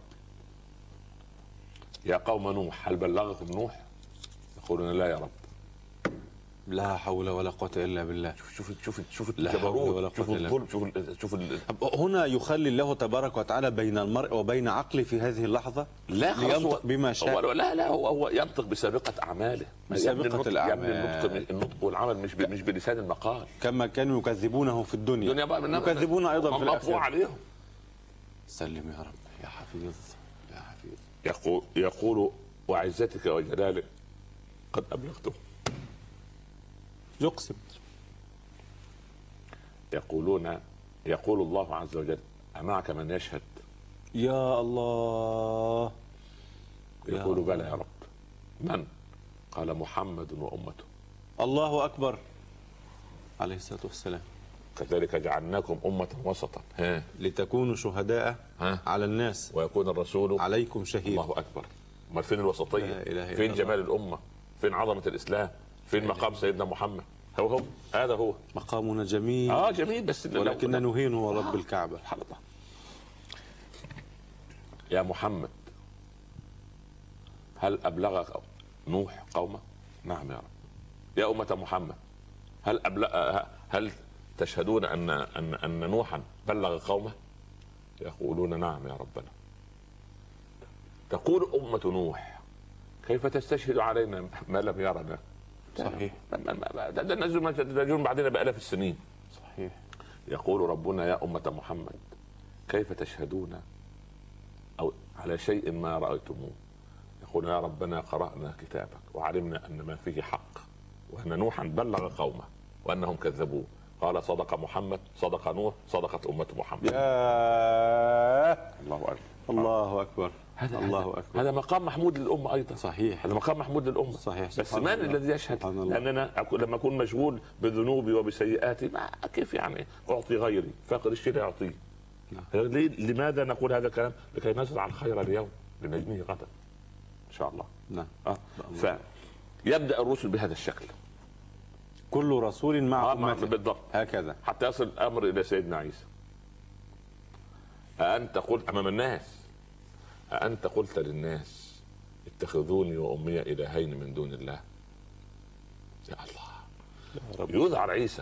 يا قوم نوح هل بلغكم نوح؟ يقولون لا يا رب. لا حول ولا قوة الا بالله. شوف الجبروت، شوف الظلم، شوف هنا يخلي الله تبارك وتعالى بين المرء وبين عقله في هذه اللحظة لا لينطق بما شاء. لا هو ينطق بسابقة أعماله، بسابقة الأعمال. النطق والعمل مش بلسان المقال. كما كانوا يكذبونه في الدنيا يكذبون أيضا في الآخرة. عليهم. سلم يا رب يا حفيظ يا حفيظ. يقول وعزتك وجلالك قد أبلغته. يقسم. يقول الله عز وجل أمعك من يشهد؟ يا الله. يقول بلى يا رب. من؟ قال محمد وأمته. الله أكبر عليه الصلاة والسلام. كذلك جعلناكم أمة وسطا لتكونوا شهداء على الناس ويكون الرسول عليكم شهيد. الله أكبر. ما فين الوسطية؟ فين جمال الأمة؟ فين عظمة الإسلام؟ فين مقام سيدنا محمد؟ هو هذا هو مقامنا جميل. جميل بس ولكن نهينه رب الكعبة. الله. يا محمد هل أبلغ نوح قومه؟ نعم يا رب. يا أمة محمد هل تشهدون أن نوحا بلغ قومه؟ يقولون نعم يا ربنا. تقول أمة نوح كيف تستشهد علينا ما لم يرنا؟ صحيح. ده نزول بعدنا بآلاف السنين. صحيح. يقول ربنا يا أمة محمد كيف تشهدون أو على شيء ما رأيتموه؟ يقول يا ربنا قرأنا كتابك وعلمنا أن ما فيه حق وأن نوحا بلغ قومه وأنهم كذبوه. قال صدق محمد، صدق نوح، صدقت أمة محمد. الله أكبر. الله أكبر. الله أكبر. هذا مقام محمود للأمة أيضا. صحيح. هذا مقام محمود للأمة. صحيح. بس من الذي يشهد؟ لأننا لما أكون مشغول بذنوبي وبسيئاتي ما كيف يعني أعطي غيري؟ فاقد الشيء لا يعطيه. لماذا نقول هذا الكلام؟ لكي نزرع الخير اليوم لنجنيه غدا إن شاء الله. نعم. فيبدأ الرسل بهذا الشكل. كل رسول مع أمته بالضبط هكذا حتى يصل الأمر إلى سيدنا عيسى. أأنت قلت أمام الناس أأنت قلت للناس اتخذوني وأمي إلهين من دون الله؟ يا الله. يظهر عيسى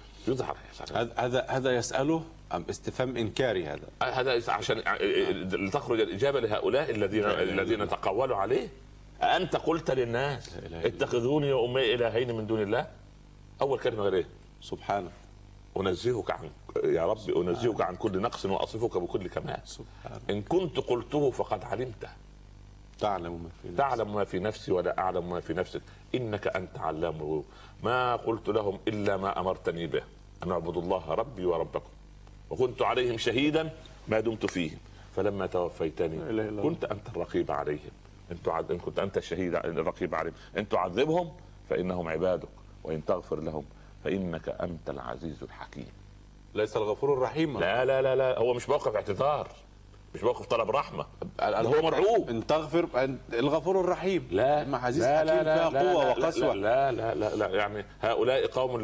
هذا يسأله أم استفهام إنكاري؟ هذا عشان لتخرج الإجابة لهؤلاء الذين تقولوا عليه. أأنت قلت للناس اتخذوني وأمي إلهين من دون الله؟ أول كلمة غير إيه؟ سبحانه. أنزهك عن يا رب أنزهك عن كل نقص وأصفك بكل كمال. سبحانه. إن كنت قلته فقد علمته. تعلم ما في نفسي ولا أعلم ما في نفسك إنك أنت علام الغيوب. ما قلت لهم إلا ما أمرتني به أن أعبدوا الله ربي وربكم وكنت عليهم شهيدا ما دمت فيهم فلما توفيتني كنت أنت الرقيب عليهم. إن كنت أنت الشهيد الرقيب عليهم إن تعذبهم فإنهم عبادك وإن تغفر لهم فإنك أنت العزيز الحكيم. ليس الغفور الرحيم. لا لا لا لا هو مش موقف اعتذار، مش موقف طلب رحمة، هو مرعوب. إن تغفر الغفور الرحيم. لا مع عزيز حكيم فيها قوة وقسوة. لا لا لا لا يعني هؤلاء قوم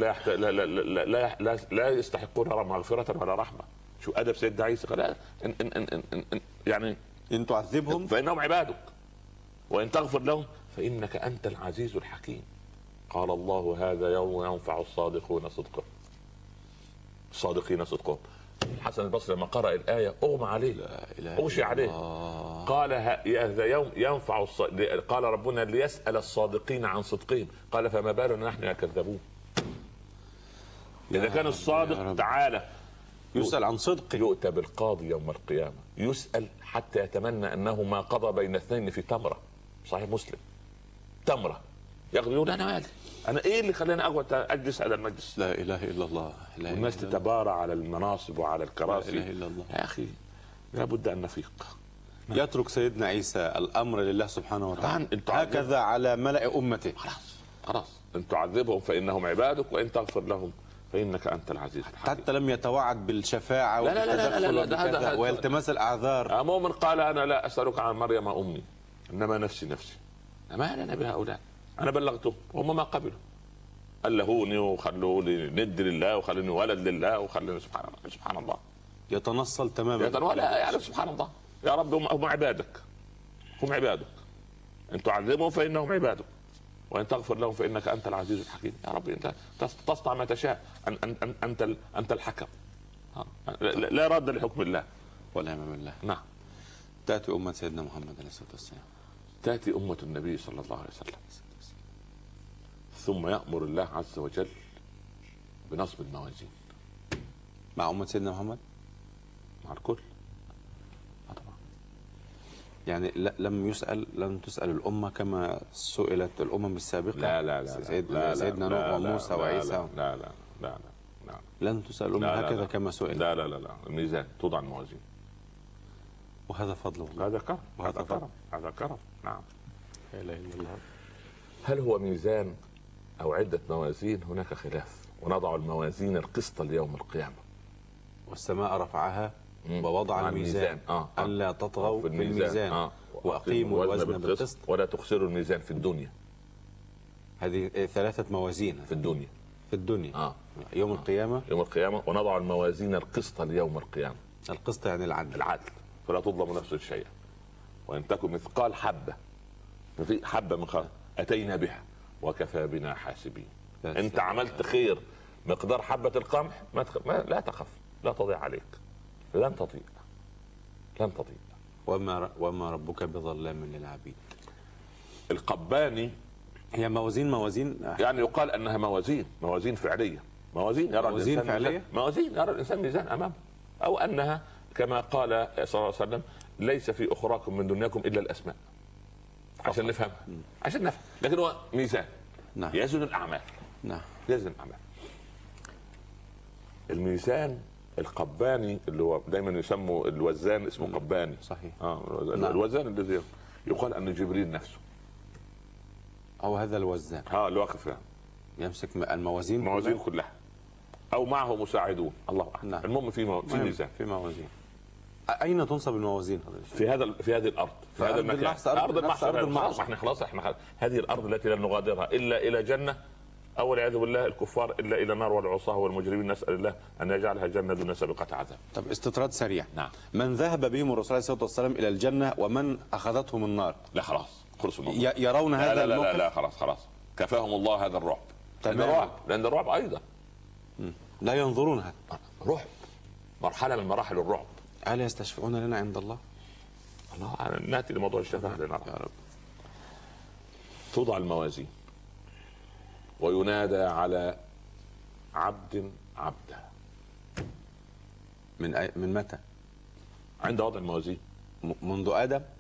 لا يستحقون مغفرة ولا رحمة. شو أدب سيدنا عيسى؟ قال يعني إن تعذبهم فإنهم عبادك وإن تغفر لهم فإنك أنت العزيز الحكيم. قال الله هذا يوم ينفع الصادقين صدقهم. الحسن البصري لما قرأ الآية أغمى عليه، أغشي عليه، قال هذا يوم ينفع قال ربنا ليسأل الصادقين عن صدقهم، قال فما بالنا نحن كذبون. إذا كان الصادق تعالى يسأل عن صدقه، يؤتى بالقاضي يوم القيامة يسأل حتى يتمنى أنه ما قضى بين اثنين في تمرة، صحيح مسلم، تمرة، يقول أنا مالي، أنا إيه اللي خلاني أقعد أجلس على المجلس؟ لا إله إلا الله. لا والناس تتبارى على المناصب وعلى الكراسي. لا إله إلا الله. يا أخي لابد أن نفيق. يترك سيدنا عيسى الأمر لله سبحانه وتعالى طبعا هكذا على ملأ أمته. خلاص إن تعذبهم فإنهم عبادك وإن تغفر لهم فإنك أنت العزيز الحكيم. حتى لم يتوعد بالشفاعة والتدخل والتماس الأعذار. مؤمن قال أنا لا أسألك عن مريم أمي إنما نفسي ما لنا بهؤلاء، أنا بلغتهم وهم ما قبلوا، ألهوني وخلوني ند لله وخلوني ولد لله وخلوني سبحان الله يتنصل تماما. ولا يعني سبحان الله يا رب هم عبادك، هم عبادك، إن تعذبهم فإنهم عبادك وإن تغفر لهم فإنك أنت العزيز الحكيم. يا رب أنت تصنع ما تشاء، أنت الحكم، لا رد لحكم الله ولا أمام الله. نعم. تأتي أمة سيدنا محمد عليه الصلاة والسلام، تأتي أمة النبي صلى الله عليه وسلم، ثم يأمر الله عز وجل بنصب الموازين مع أمة سيدنا محمد، مع الكل. يعني لم تسأل الأمة كما سئلت الأمم السابقة. لا سيدنا نوح وموسى وعيسى. لا لا لا لا لن تسأل الأمة هكذا كما سئلت. لا الميزان توضع الموازين، وهذا فضل الله. هذا كرم، هذا كرم. نعم. لا إله إلا الله. هل هو ميزان أو عدة موازين؟ هناك خلاف. ونضع الموازين القسط ليوم القيامة. والسماء رفعها ووضع الميزان ألا تطغوا في الميزان وأقيموا الوزن بالقسط ولا تخسروا الميزان في الدنيا. هذه 3 موازين في الدنيا. يوم القيامة ونضع الموازين القسط ليوم القيامة. القسط يعني العدل فلا تظلم نفس شيئا وإن تكن مثقال حبة، في حبة من خير أتينا بها وكفى بنا حاسبين. أنت عملت خير مقدار حبة القمح لا تخف، لا تضيع عليك، لن تضيع. وما ربك بظلام للعبيد. القباني هي موازين يعني يقال انها موازين فعليه، موازين يرى الانسان ميزان امامه، او انها كما قال صلى الله عليه وسلم ليس في اخراكم من دنياكم الا الاسماء، عشان نفهم لكن هو ميزان. نعم. يزن الاعمال. نعم. يزن الاعمال. الميزان القباني اللي هو دايما يسموا الوزان اسمه قباني. صحيح. نعم. الوزان الذي يقال ان جبريل نفسه او هذا الوزان اللي واقف يعني يمسك الموازين كلها او معه مساعدون، الله اعلم. نعم. المهم في ميزان، في موازين. اين تنصب الموازين؟ في هذه الارض، في هذا المكان، ارض المحشر. احنا هذه الارض التي لن نغادرها الا الى جنه، او والعياذ بالله الكفار الا الى نار والعصاه والمجرمين، نسال الله ان يجعلها جنه دون سابقه عذاب. طب استطراد سريع. نعم. من ذهب بهم الرسول عليه الصلاه والسلام الى الجنه ومن اخذتهم النار؟ لا خلاص خلص الموضوع. يرون هذا الموقف؟ لا خلاص كفاهم الله هذا الرعب. لان الرعب ايضا لا ينظرونها. رعب، مرحله من مراحل الرعب. هل يستشفعون لنا عند الله؟ ناتي لموضوع الشفاعه يا رب. توضع الموازين وينادى على عبدا. من متى؟ عند وضع الموازين. منذ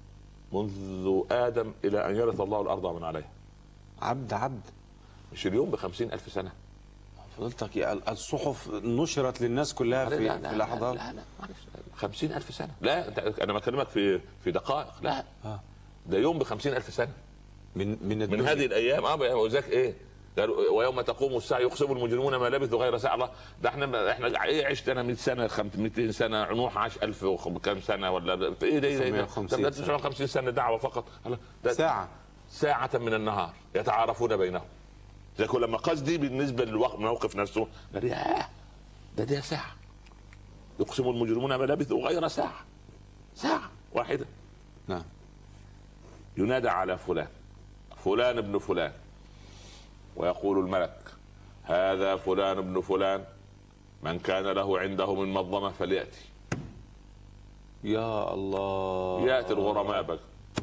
آدم إلى أن يرث الله الأرض ومن عليها. عبد مش اليوم ب50,000 سنة. فضلتك الصحف نشرت للناس كلها في لحظات. لا 50,000 سنة. لا أنا بكلمك في دقائق. لا ده يوم ب50,000 سنة من هذه الأيام. وذاك إيه ويوم تقوم الساعة يقسم المجرمون ما لبثوا غير ساعة. الله ده احنا ايه عشت انا 100 سنة 200 سنة، نوح عاش 1000 وكم سنة ولا في ايه ده 950 سنة دعوة فقط. ساعة من النهار يتعارفون بينهم. زي كل لما قصدي بالنسبة للموقف نفسه ده ساعة يقسم المجرمون ما لبثوا غير ساعة واحدة. نعم. ينادى على فلان ابن فلان، ويقول الملك هذا فلان ابن فلان، من كان له عنده من مظلمة فليأتي. يا الله. ياتي الغرماء بقى،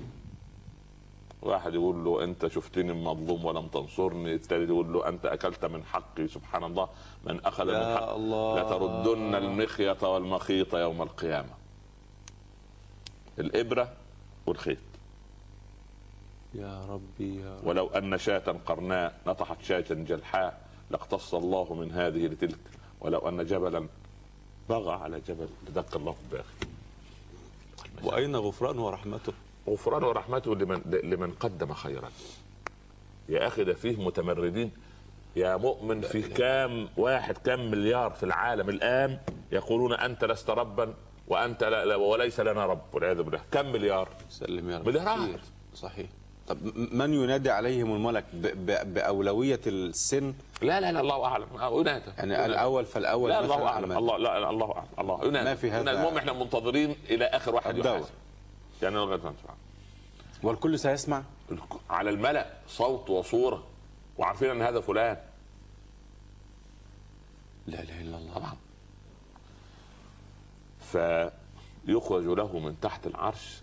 واحد يقول له انت شفتني مظلوم ولم تنصرني، الثالث يقول له انت اكلت من حقي، سبحان الله، من اخذ من حقي لتردن المخيط والمخيط يوم القيامه. الابره والخيط. يا ربي يا رب. ولو ان شاة قرناء نطحت شاة جلحاء لاقتص الله من هذه لتلك، ولو ان جبلا بغى على جبل لدق الله باخي. واين غفرانه ورحمته؟ غفرانه ورحمته لمن قدم خيرا. يا اخي ده فيه متمردين يا مؤمن، في كام واحد، كام مليار في العالم الان يقولون انت لست ربا وانت لا وليس لنا رب والعياذ بالله. كم مليار؟ سلم يا رب. مليارات. صحيح. طب من ينادي عليهم الملك باولويه السن؟ لا الله اعلم. ينادى يعني الاول فالاول. لا الله اعلم. الله اعلم. الله ينادى. ما في هذا. المهم احنا منتظرين الى اخر واحد يحاسب. يعني والكل سيسمع على الملأ صوت وصورة، وعارفين ان هذا فلان. لا اله الا الله. طبعا. فيخرج له من تحت العرش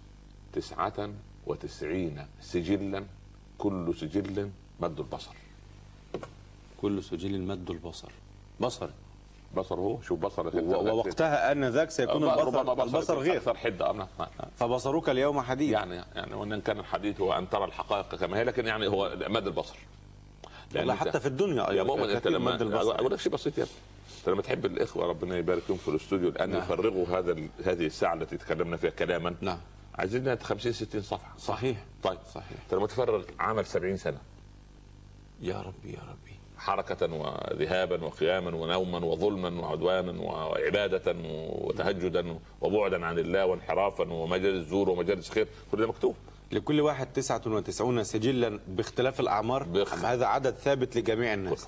99 سجلا، كل سجل مد البصر. كل سجل مد البصر. بصر هو شوف بصر. ووقتها انذاك سيكون البصر غير اكثر حده. فبصرك اليوم حديد. يعني وان كان الحديث هو ان ترى الحقائق كما هي، لكن يعني هو مد البصر. والله حتى في الدنيا يا مؤمن انت لما اقول لك شيء بسيط يا انت لما تحب الاخوه ربنا يبارك فيهم في الاستوديو الان. نعم. يفرغوا هذه الساعه التي تكلمنا فيها كلاما. نعم. عايزين 50 60 صفحه. صحيح. طيب صحيح. انت لما تفرغ عمل 70 سنه. يا ربي يا ربي. حركة وذهابا وقياما ونوما وظلما وعدوانا وعبادة وتهجدا وبعدا عن الله وانحرافا ومجالس زور ومجالس خير، كل ده مكتوب. لكل واحد 99 سجلا باختلاف الأعمار. هذا عدد ثابت لجميع الناس.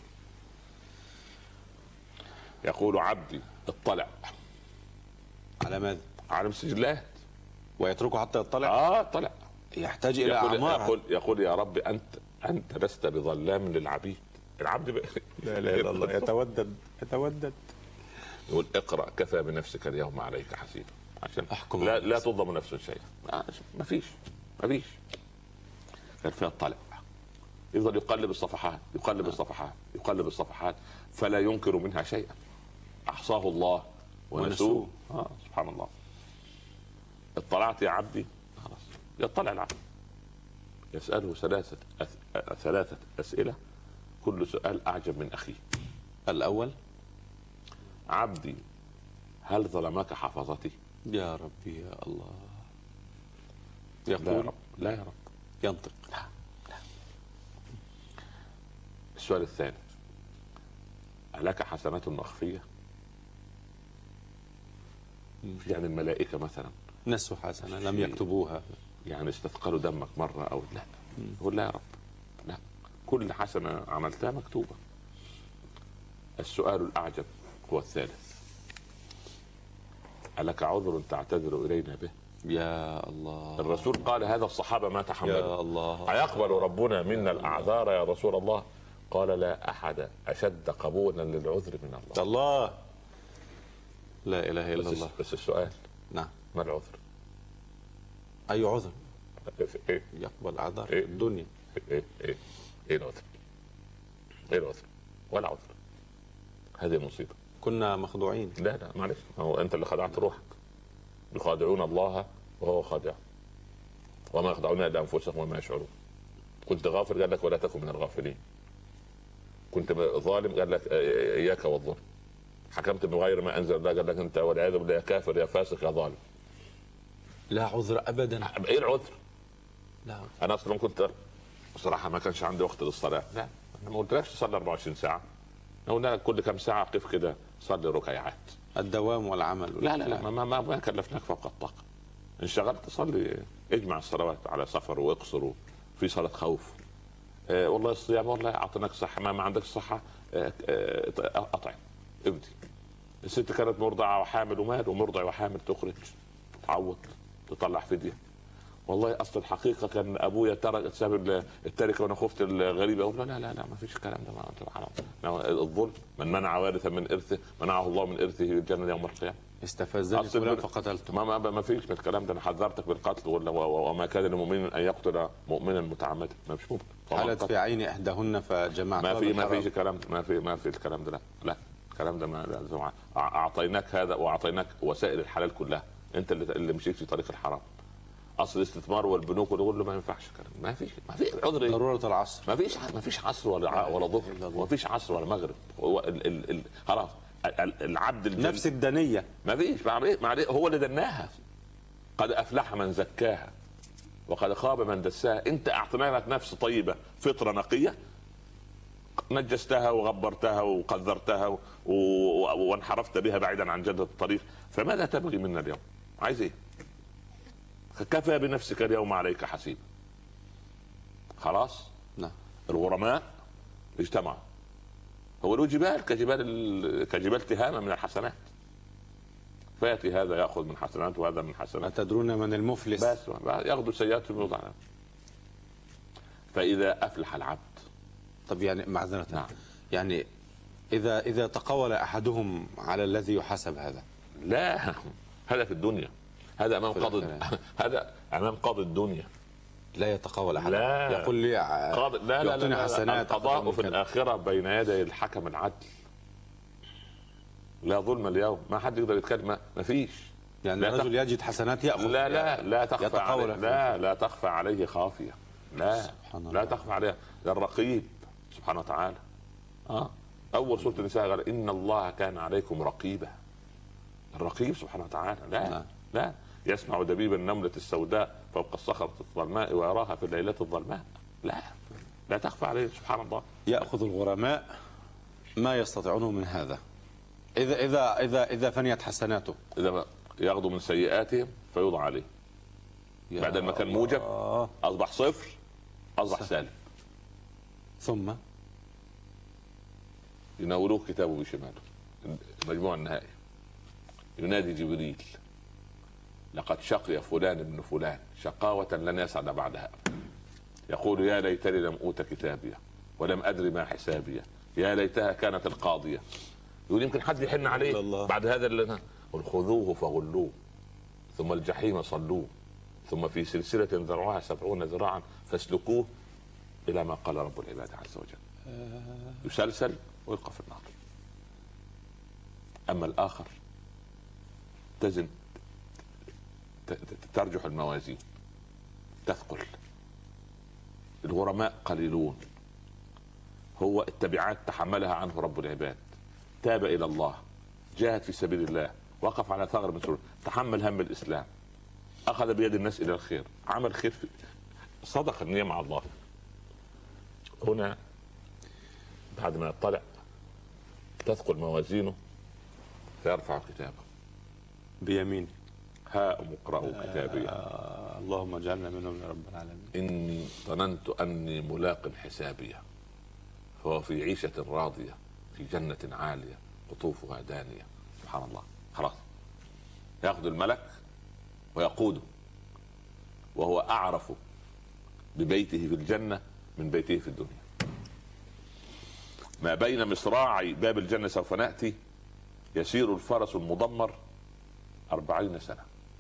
يقول عبدي اطلع على ماذا؟ على السجلات. ويتركه حتى يطلع؟ اطلع. يحتاج إلى أعمار. يقول يا رب أنت لست بظلام للعبيد. العبد لا اله الا الله. يتودد. يقول اقرأ كفى بنفسك اليوم عليك حسيبا، عشان احكم. لا تظلم نفس شيئا. ما فيش كان فيها الطلع. يفضل يقلب الصفحات فلا ينكر منها شيئا. احصاه الله ونسوه. سبحان الله. اطلعت يا عبدي، خلاص يطلع العبد. يسأله ثلاثة أسئلة، كل سؤال أعجب من أخيه. الأول: عبدي هل ظلمك حفظتي؟ يا ربي يا الله. يقول لا يا رب. ينطق لا. السؤال الثاني: ألك حسنات مخفية؟ يعني الملائكة مثلا نسوا حسنة لم يكتبوها، يعني استثقلوا دمك مرة أو لا؟ يقول لا يا رب، لا، كل حسنة عملتها مكتوبة. السؤال الأعجب هو الثالث: ألك عذر تعتذر إلينا به؟ يا الله. الرسول قال هذا الصحابة ما تحملوا. يا الله. أيقبل ربنا منا الأعذار يا رسول الله؟ قال لا أحد أشد قبولا للعذر من الله. الله. لا إله إلا الله. بس السؤال: نعم، ما العذر؟ أي عذر؟ إيه؟ يقبل أعذار إيه؟ الدنيا. إيه العذر؟ إيه العذر؟ ولا عذر. هذه مصيبة. كنا مخدوعين. لا معلش، هو أنت اللي خدعت روحك. يخادعون الله وهو خادع، وما يخدعون إلا أنفسهم وما يشعرون. كنت غافل قال لك ولا تكن من الغافلين. كنت ظالم قال لك إياك والظلم. حكمت بغير ما أنزل الله قال لك أنت والعياذ بالله يا كافر يا فاسق يا ظالم. لا عذر أبدا. إيه العذر؟ لا عذر. أنا أصلا كنت بصراحة ما كانش عندي وقت للصلاة. لا، أنا ما قلتلكش تصلي 24 ساعة. قلنا كل كم ساعة قف كده صلي ركعات. الدوام والعمل. لا ما كلفناك فوق الطاقة. انشغلت صلي، اجمع الصلوات على سفر واقصر في صلاة خوف. والله الصيام والله أعطيناك صحة، ما عندك صحة أطعم ابدي. الست كانت مرضعة وحامل ومال، ومرضع وحامل تخرج تعوض تطلع فدية. والله اصل الحقيقه كان ابويا ساب التركه وانا خفت الغريب. اقول لا لا لا, لا ما فيش الكلام ده، ما الظلم من منع وارثا من ارثه منعه الله من ارثه الجنه يوم القيامه. استفزني فلان فقتلته. ما فيش من الكلام ده، انا حذرتك بالقتل وما كان لمؤمن ان يقتل مؤمنا متعمدا، ما مش ممكن. حالت في عين احداهن فجمعت. ما فيش الكلام، ما في الكلام ده، لا لا الكلام ده ما اعطيناك هذا واعطيناك وسائل الحلال كلها، انت اللي مشيت في طريق الحرام. اصل الاستثمار والبنوك كله ما ينفعش الكلام، ما فيش عذر. ضروره العصر، ما فيش عصر ولا ظهر، ما فيش عصر ولا مغرب. هو خلاص العبد نفس الدنيه ما فيش هو اللي دناها. قد افلح من زكاها وقد خاب من دساها. انت اعطينا لك نفس طيبه فطره نقيه، نجستها وغبرتها وقذرتها وانحرفت بها بعيدا عن جدة الطريق، فماذا تبغي منا اليوم؟ عايز ايه؟ كفى بنفسك اليوم عليك حسيب. خلاص. نعم. الغرماء اجتمعوا، هو له جبال كجبال تهامة من الحسنات، فياتي هذا ياخذ من حسنات وهذا من حسنات. أتدرون من المفلس؟ بس ياخذوا سيئات ويوضع. فاذا افلح العبد. طب يعني معذرة. نعم. يعني اذا تقول احدهم على الذي يحاسب هذا، لا هذا في الدنيا، هذا امام قاضي هذا امام قاضي الدنيا. لا يتقول احد. لا يقول لي لا حسنات. القضاء في الاخره بين يدي الحكم العدل. لا ظلم اليوم، ما حد يقدر يتكلم، ما فيش. يعني الرجل يجد حسنات ياخذ. لا تخفى عليه. لا تخفى عليه خافيه. لا تخفى عليه. الرقيب سبحانه وتعالى. اول سوره النساء قال ان الله كان عليكم رقيبا. الرقيب سبحانه وتعالى. لا يسمع دبيب النملة السوداء فوق الصخرة الظلماء ويراها في الليلة الظلماء. لا تخفى عليه سبحان الله. يأخذ الغرماء ما يستطيعونه من هذا إذا فنيت حسناته. إذا ياخذوا من سيئاتهم فيوضع عليه، بعد ما كان موجب أصبح صفر، أصبح سالب. ثم يناولوه كتابه بشماله. المجموع النهائي ينادي جبريل لقد شقي فلان ابن فلان شقاوة لن يسعد بعدها. يقول يا ليتني لم أوت كتابيه ولم أدري ما حسابيه يا ليتها كانت القاضية. يقول يمكن حد يحن عليه بعد هذا اللي قل خذوه فغلوه ثم الجحيم صلوه ثم في سلسلة ذرعها 70 ذراعا فاسلكوه إلى ما قال رب العباد عز وجل. يسلسل ويلقى في النار. أما الآخر ترجح الموازين، تثقل. الغرماء قليلون، هو التبعات تحملها عنه رب العباد، تاب إلى الله، جاهد في سبيل الله، وقف على ثغر من سور، تحمل هم الإسلام، أخذ بيد الناس إلى الخير، عمل خير، صدق النية مع الله. هنا بعد ما يطلع تثقل موازينه فيرفع كتابه بيمين هاؤم اقرأوا كتابي اللهم اجعلنا منهم يا رب العالمين. إني ظننت أني ملاق حسابيه فهو في عيشة راضية في جنة عالية قطوفها دانية. سبحان الله. خلاص يأخذ الملك ويقوده وهو أعرف ببيته في الجنة من بيته في الدنيا. ما بين مصراعي باب الجنة سوف نأتي يسير الفرس المضمر 40 سنة.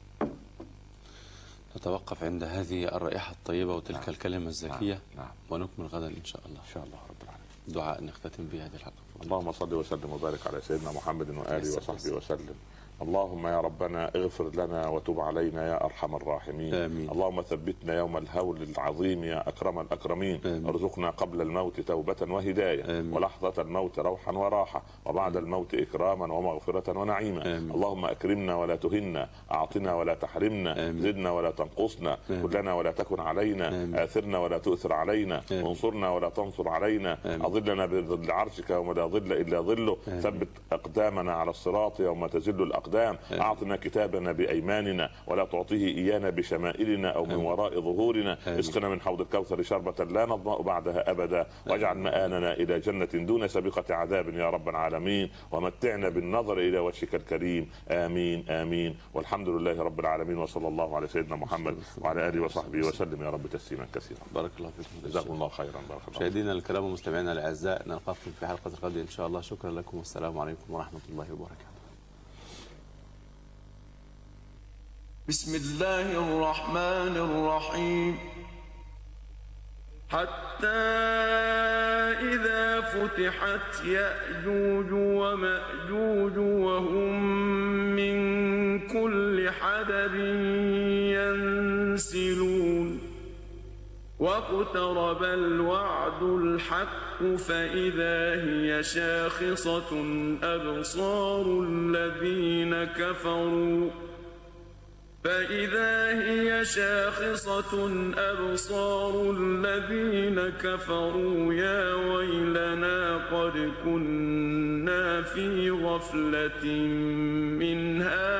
نتوقف عند هذه الرائحة الطيبة وتلك الكلمة الزكية. نعم. ونكمل غدا إن شاء الله. إن شاء الله رب العالمين. دعاء نختتم به هذه الحلقة. اللهم صل وسلم وبارك على سيدنا محمد وآله وصحبه وسلم. اللهم يا ربنا اغفر لنا وتب علينا يا أرحم الراحمين. آمين. اللهم ثبتنا يوم الهول العظيم يا أكرم الأكرمين. آمين. ارزقنا قبل الموت توبة وهداية. آمين. ولحظة الموت روحا وراحة وبعد الموت إكراما ومغفرة ونعيما. آمين. اللهم أكرمنا ولا تهنا، أعطنا ولا تحرمنا. آمين. زدنا ولا تنقصنا. آمين. كلنا ولا تكن علينا. آمين. آثرنا ولا تؤثر علينا. آمين. انصرنا ولا تنصر علينا. آمين. أظلنا بظل عرشك وما لا ظل إلا ظله. ثبت أقدامنا على الصراط يوم تزل الأقدام الأقدام. أعطنا كتابنا بأيماننا ولا تعطيه إيانا بشمائلنا أو من وراء ظهورنا. اسقنا من حوض الكوثر شربة لا نظمأ بعدها أبدا، واجعل مآننا إلى جنة دون سابقة عذاب يا رب العالمين، ومتعنا بالنظر إلى وجهك الكريم. آمين آمين، والحمد لله رب العالمين، وصلى الله على سيدنا محمد وعلى آله وصحبه وسلم يا رب تسليما كثيرا. بارك الله فيكم، جزاكم الله خيرا. بارك الله. مشاهدينا الكرام ومستمعينا الاعزاء، نلقاكم في حلقه الغد ان شاء الله. شكرا لكم والسلام عليكم ورحمه الله وبركاته. بسم الله الرحمن الرحيم. حتى إذا فتحت يأجوج ومأجوج وهم من كل حدب ينسلون واقترب الوعد الحق فإذا هي شاخصة أبصار الذين كفروا يا ويلنا قد كنا في غفلة من هذا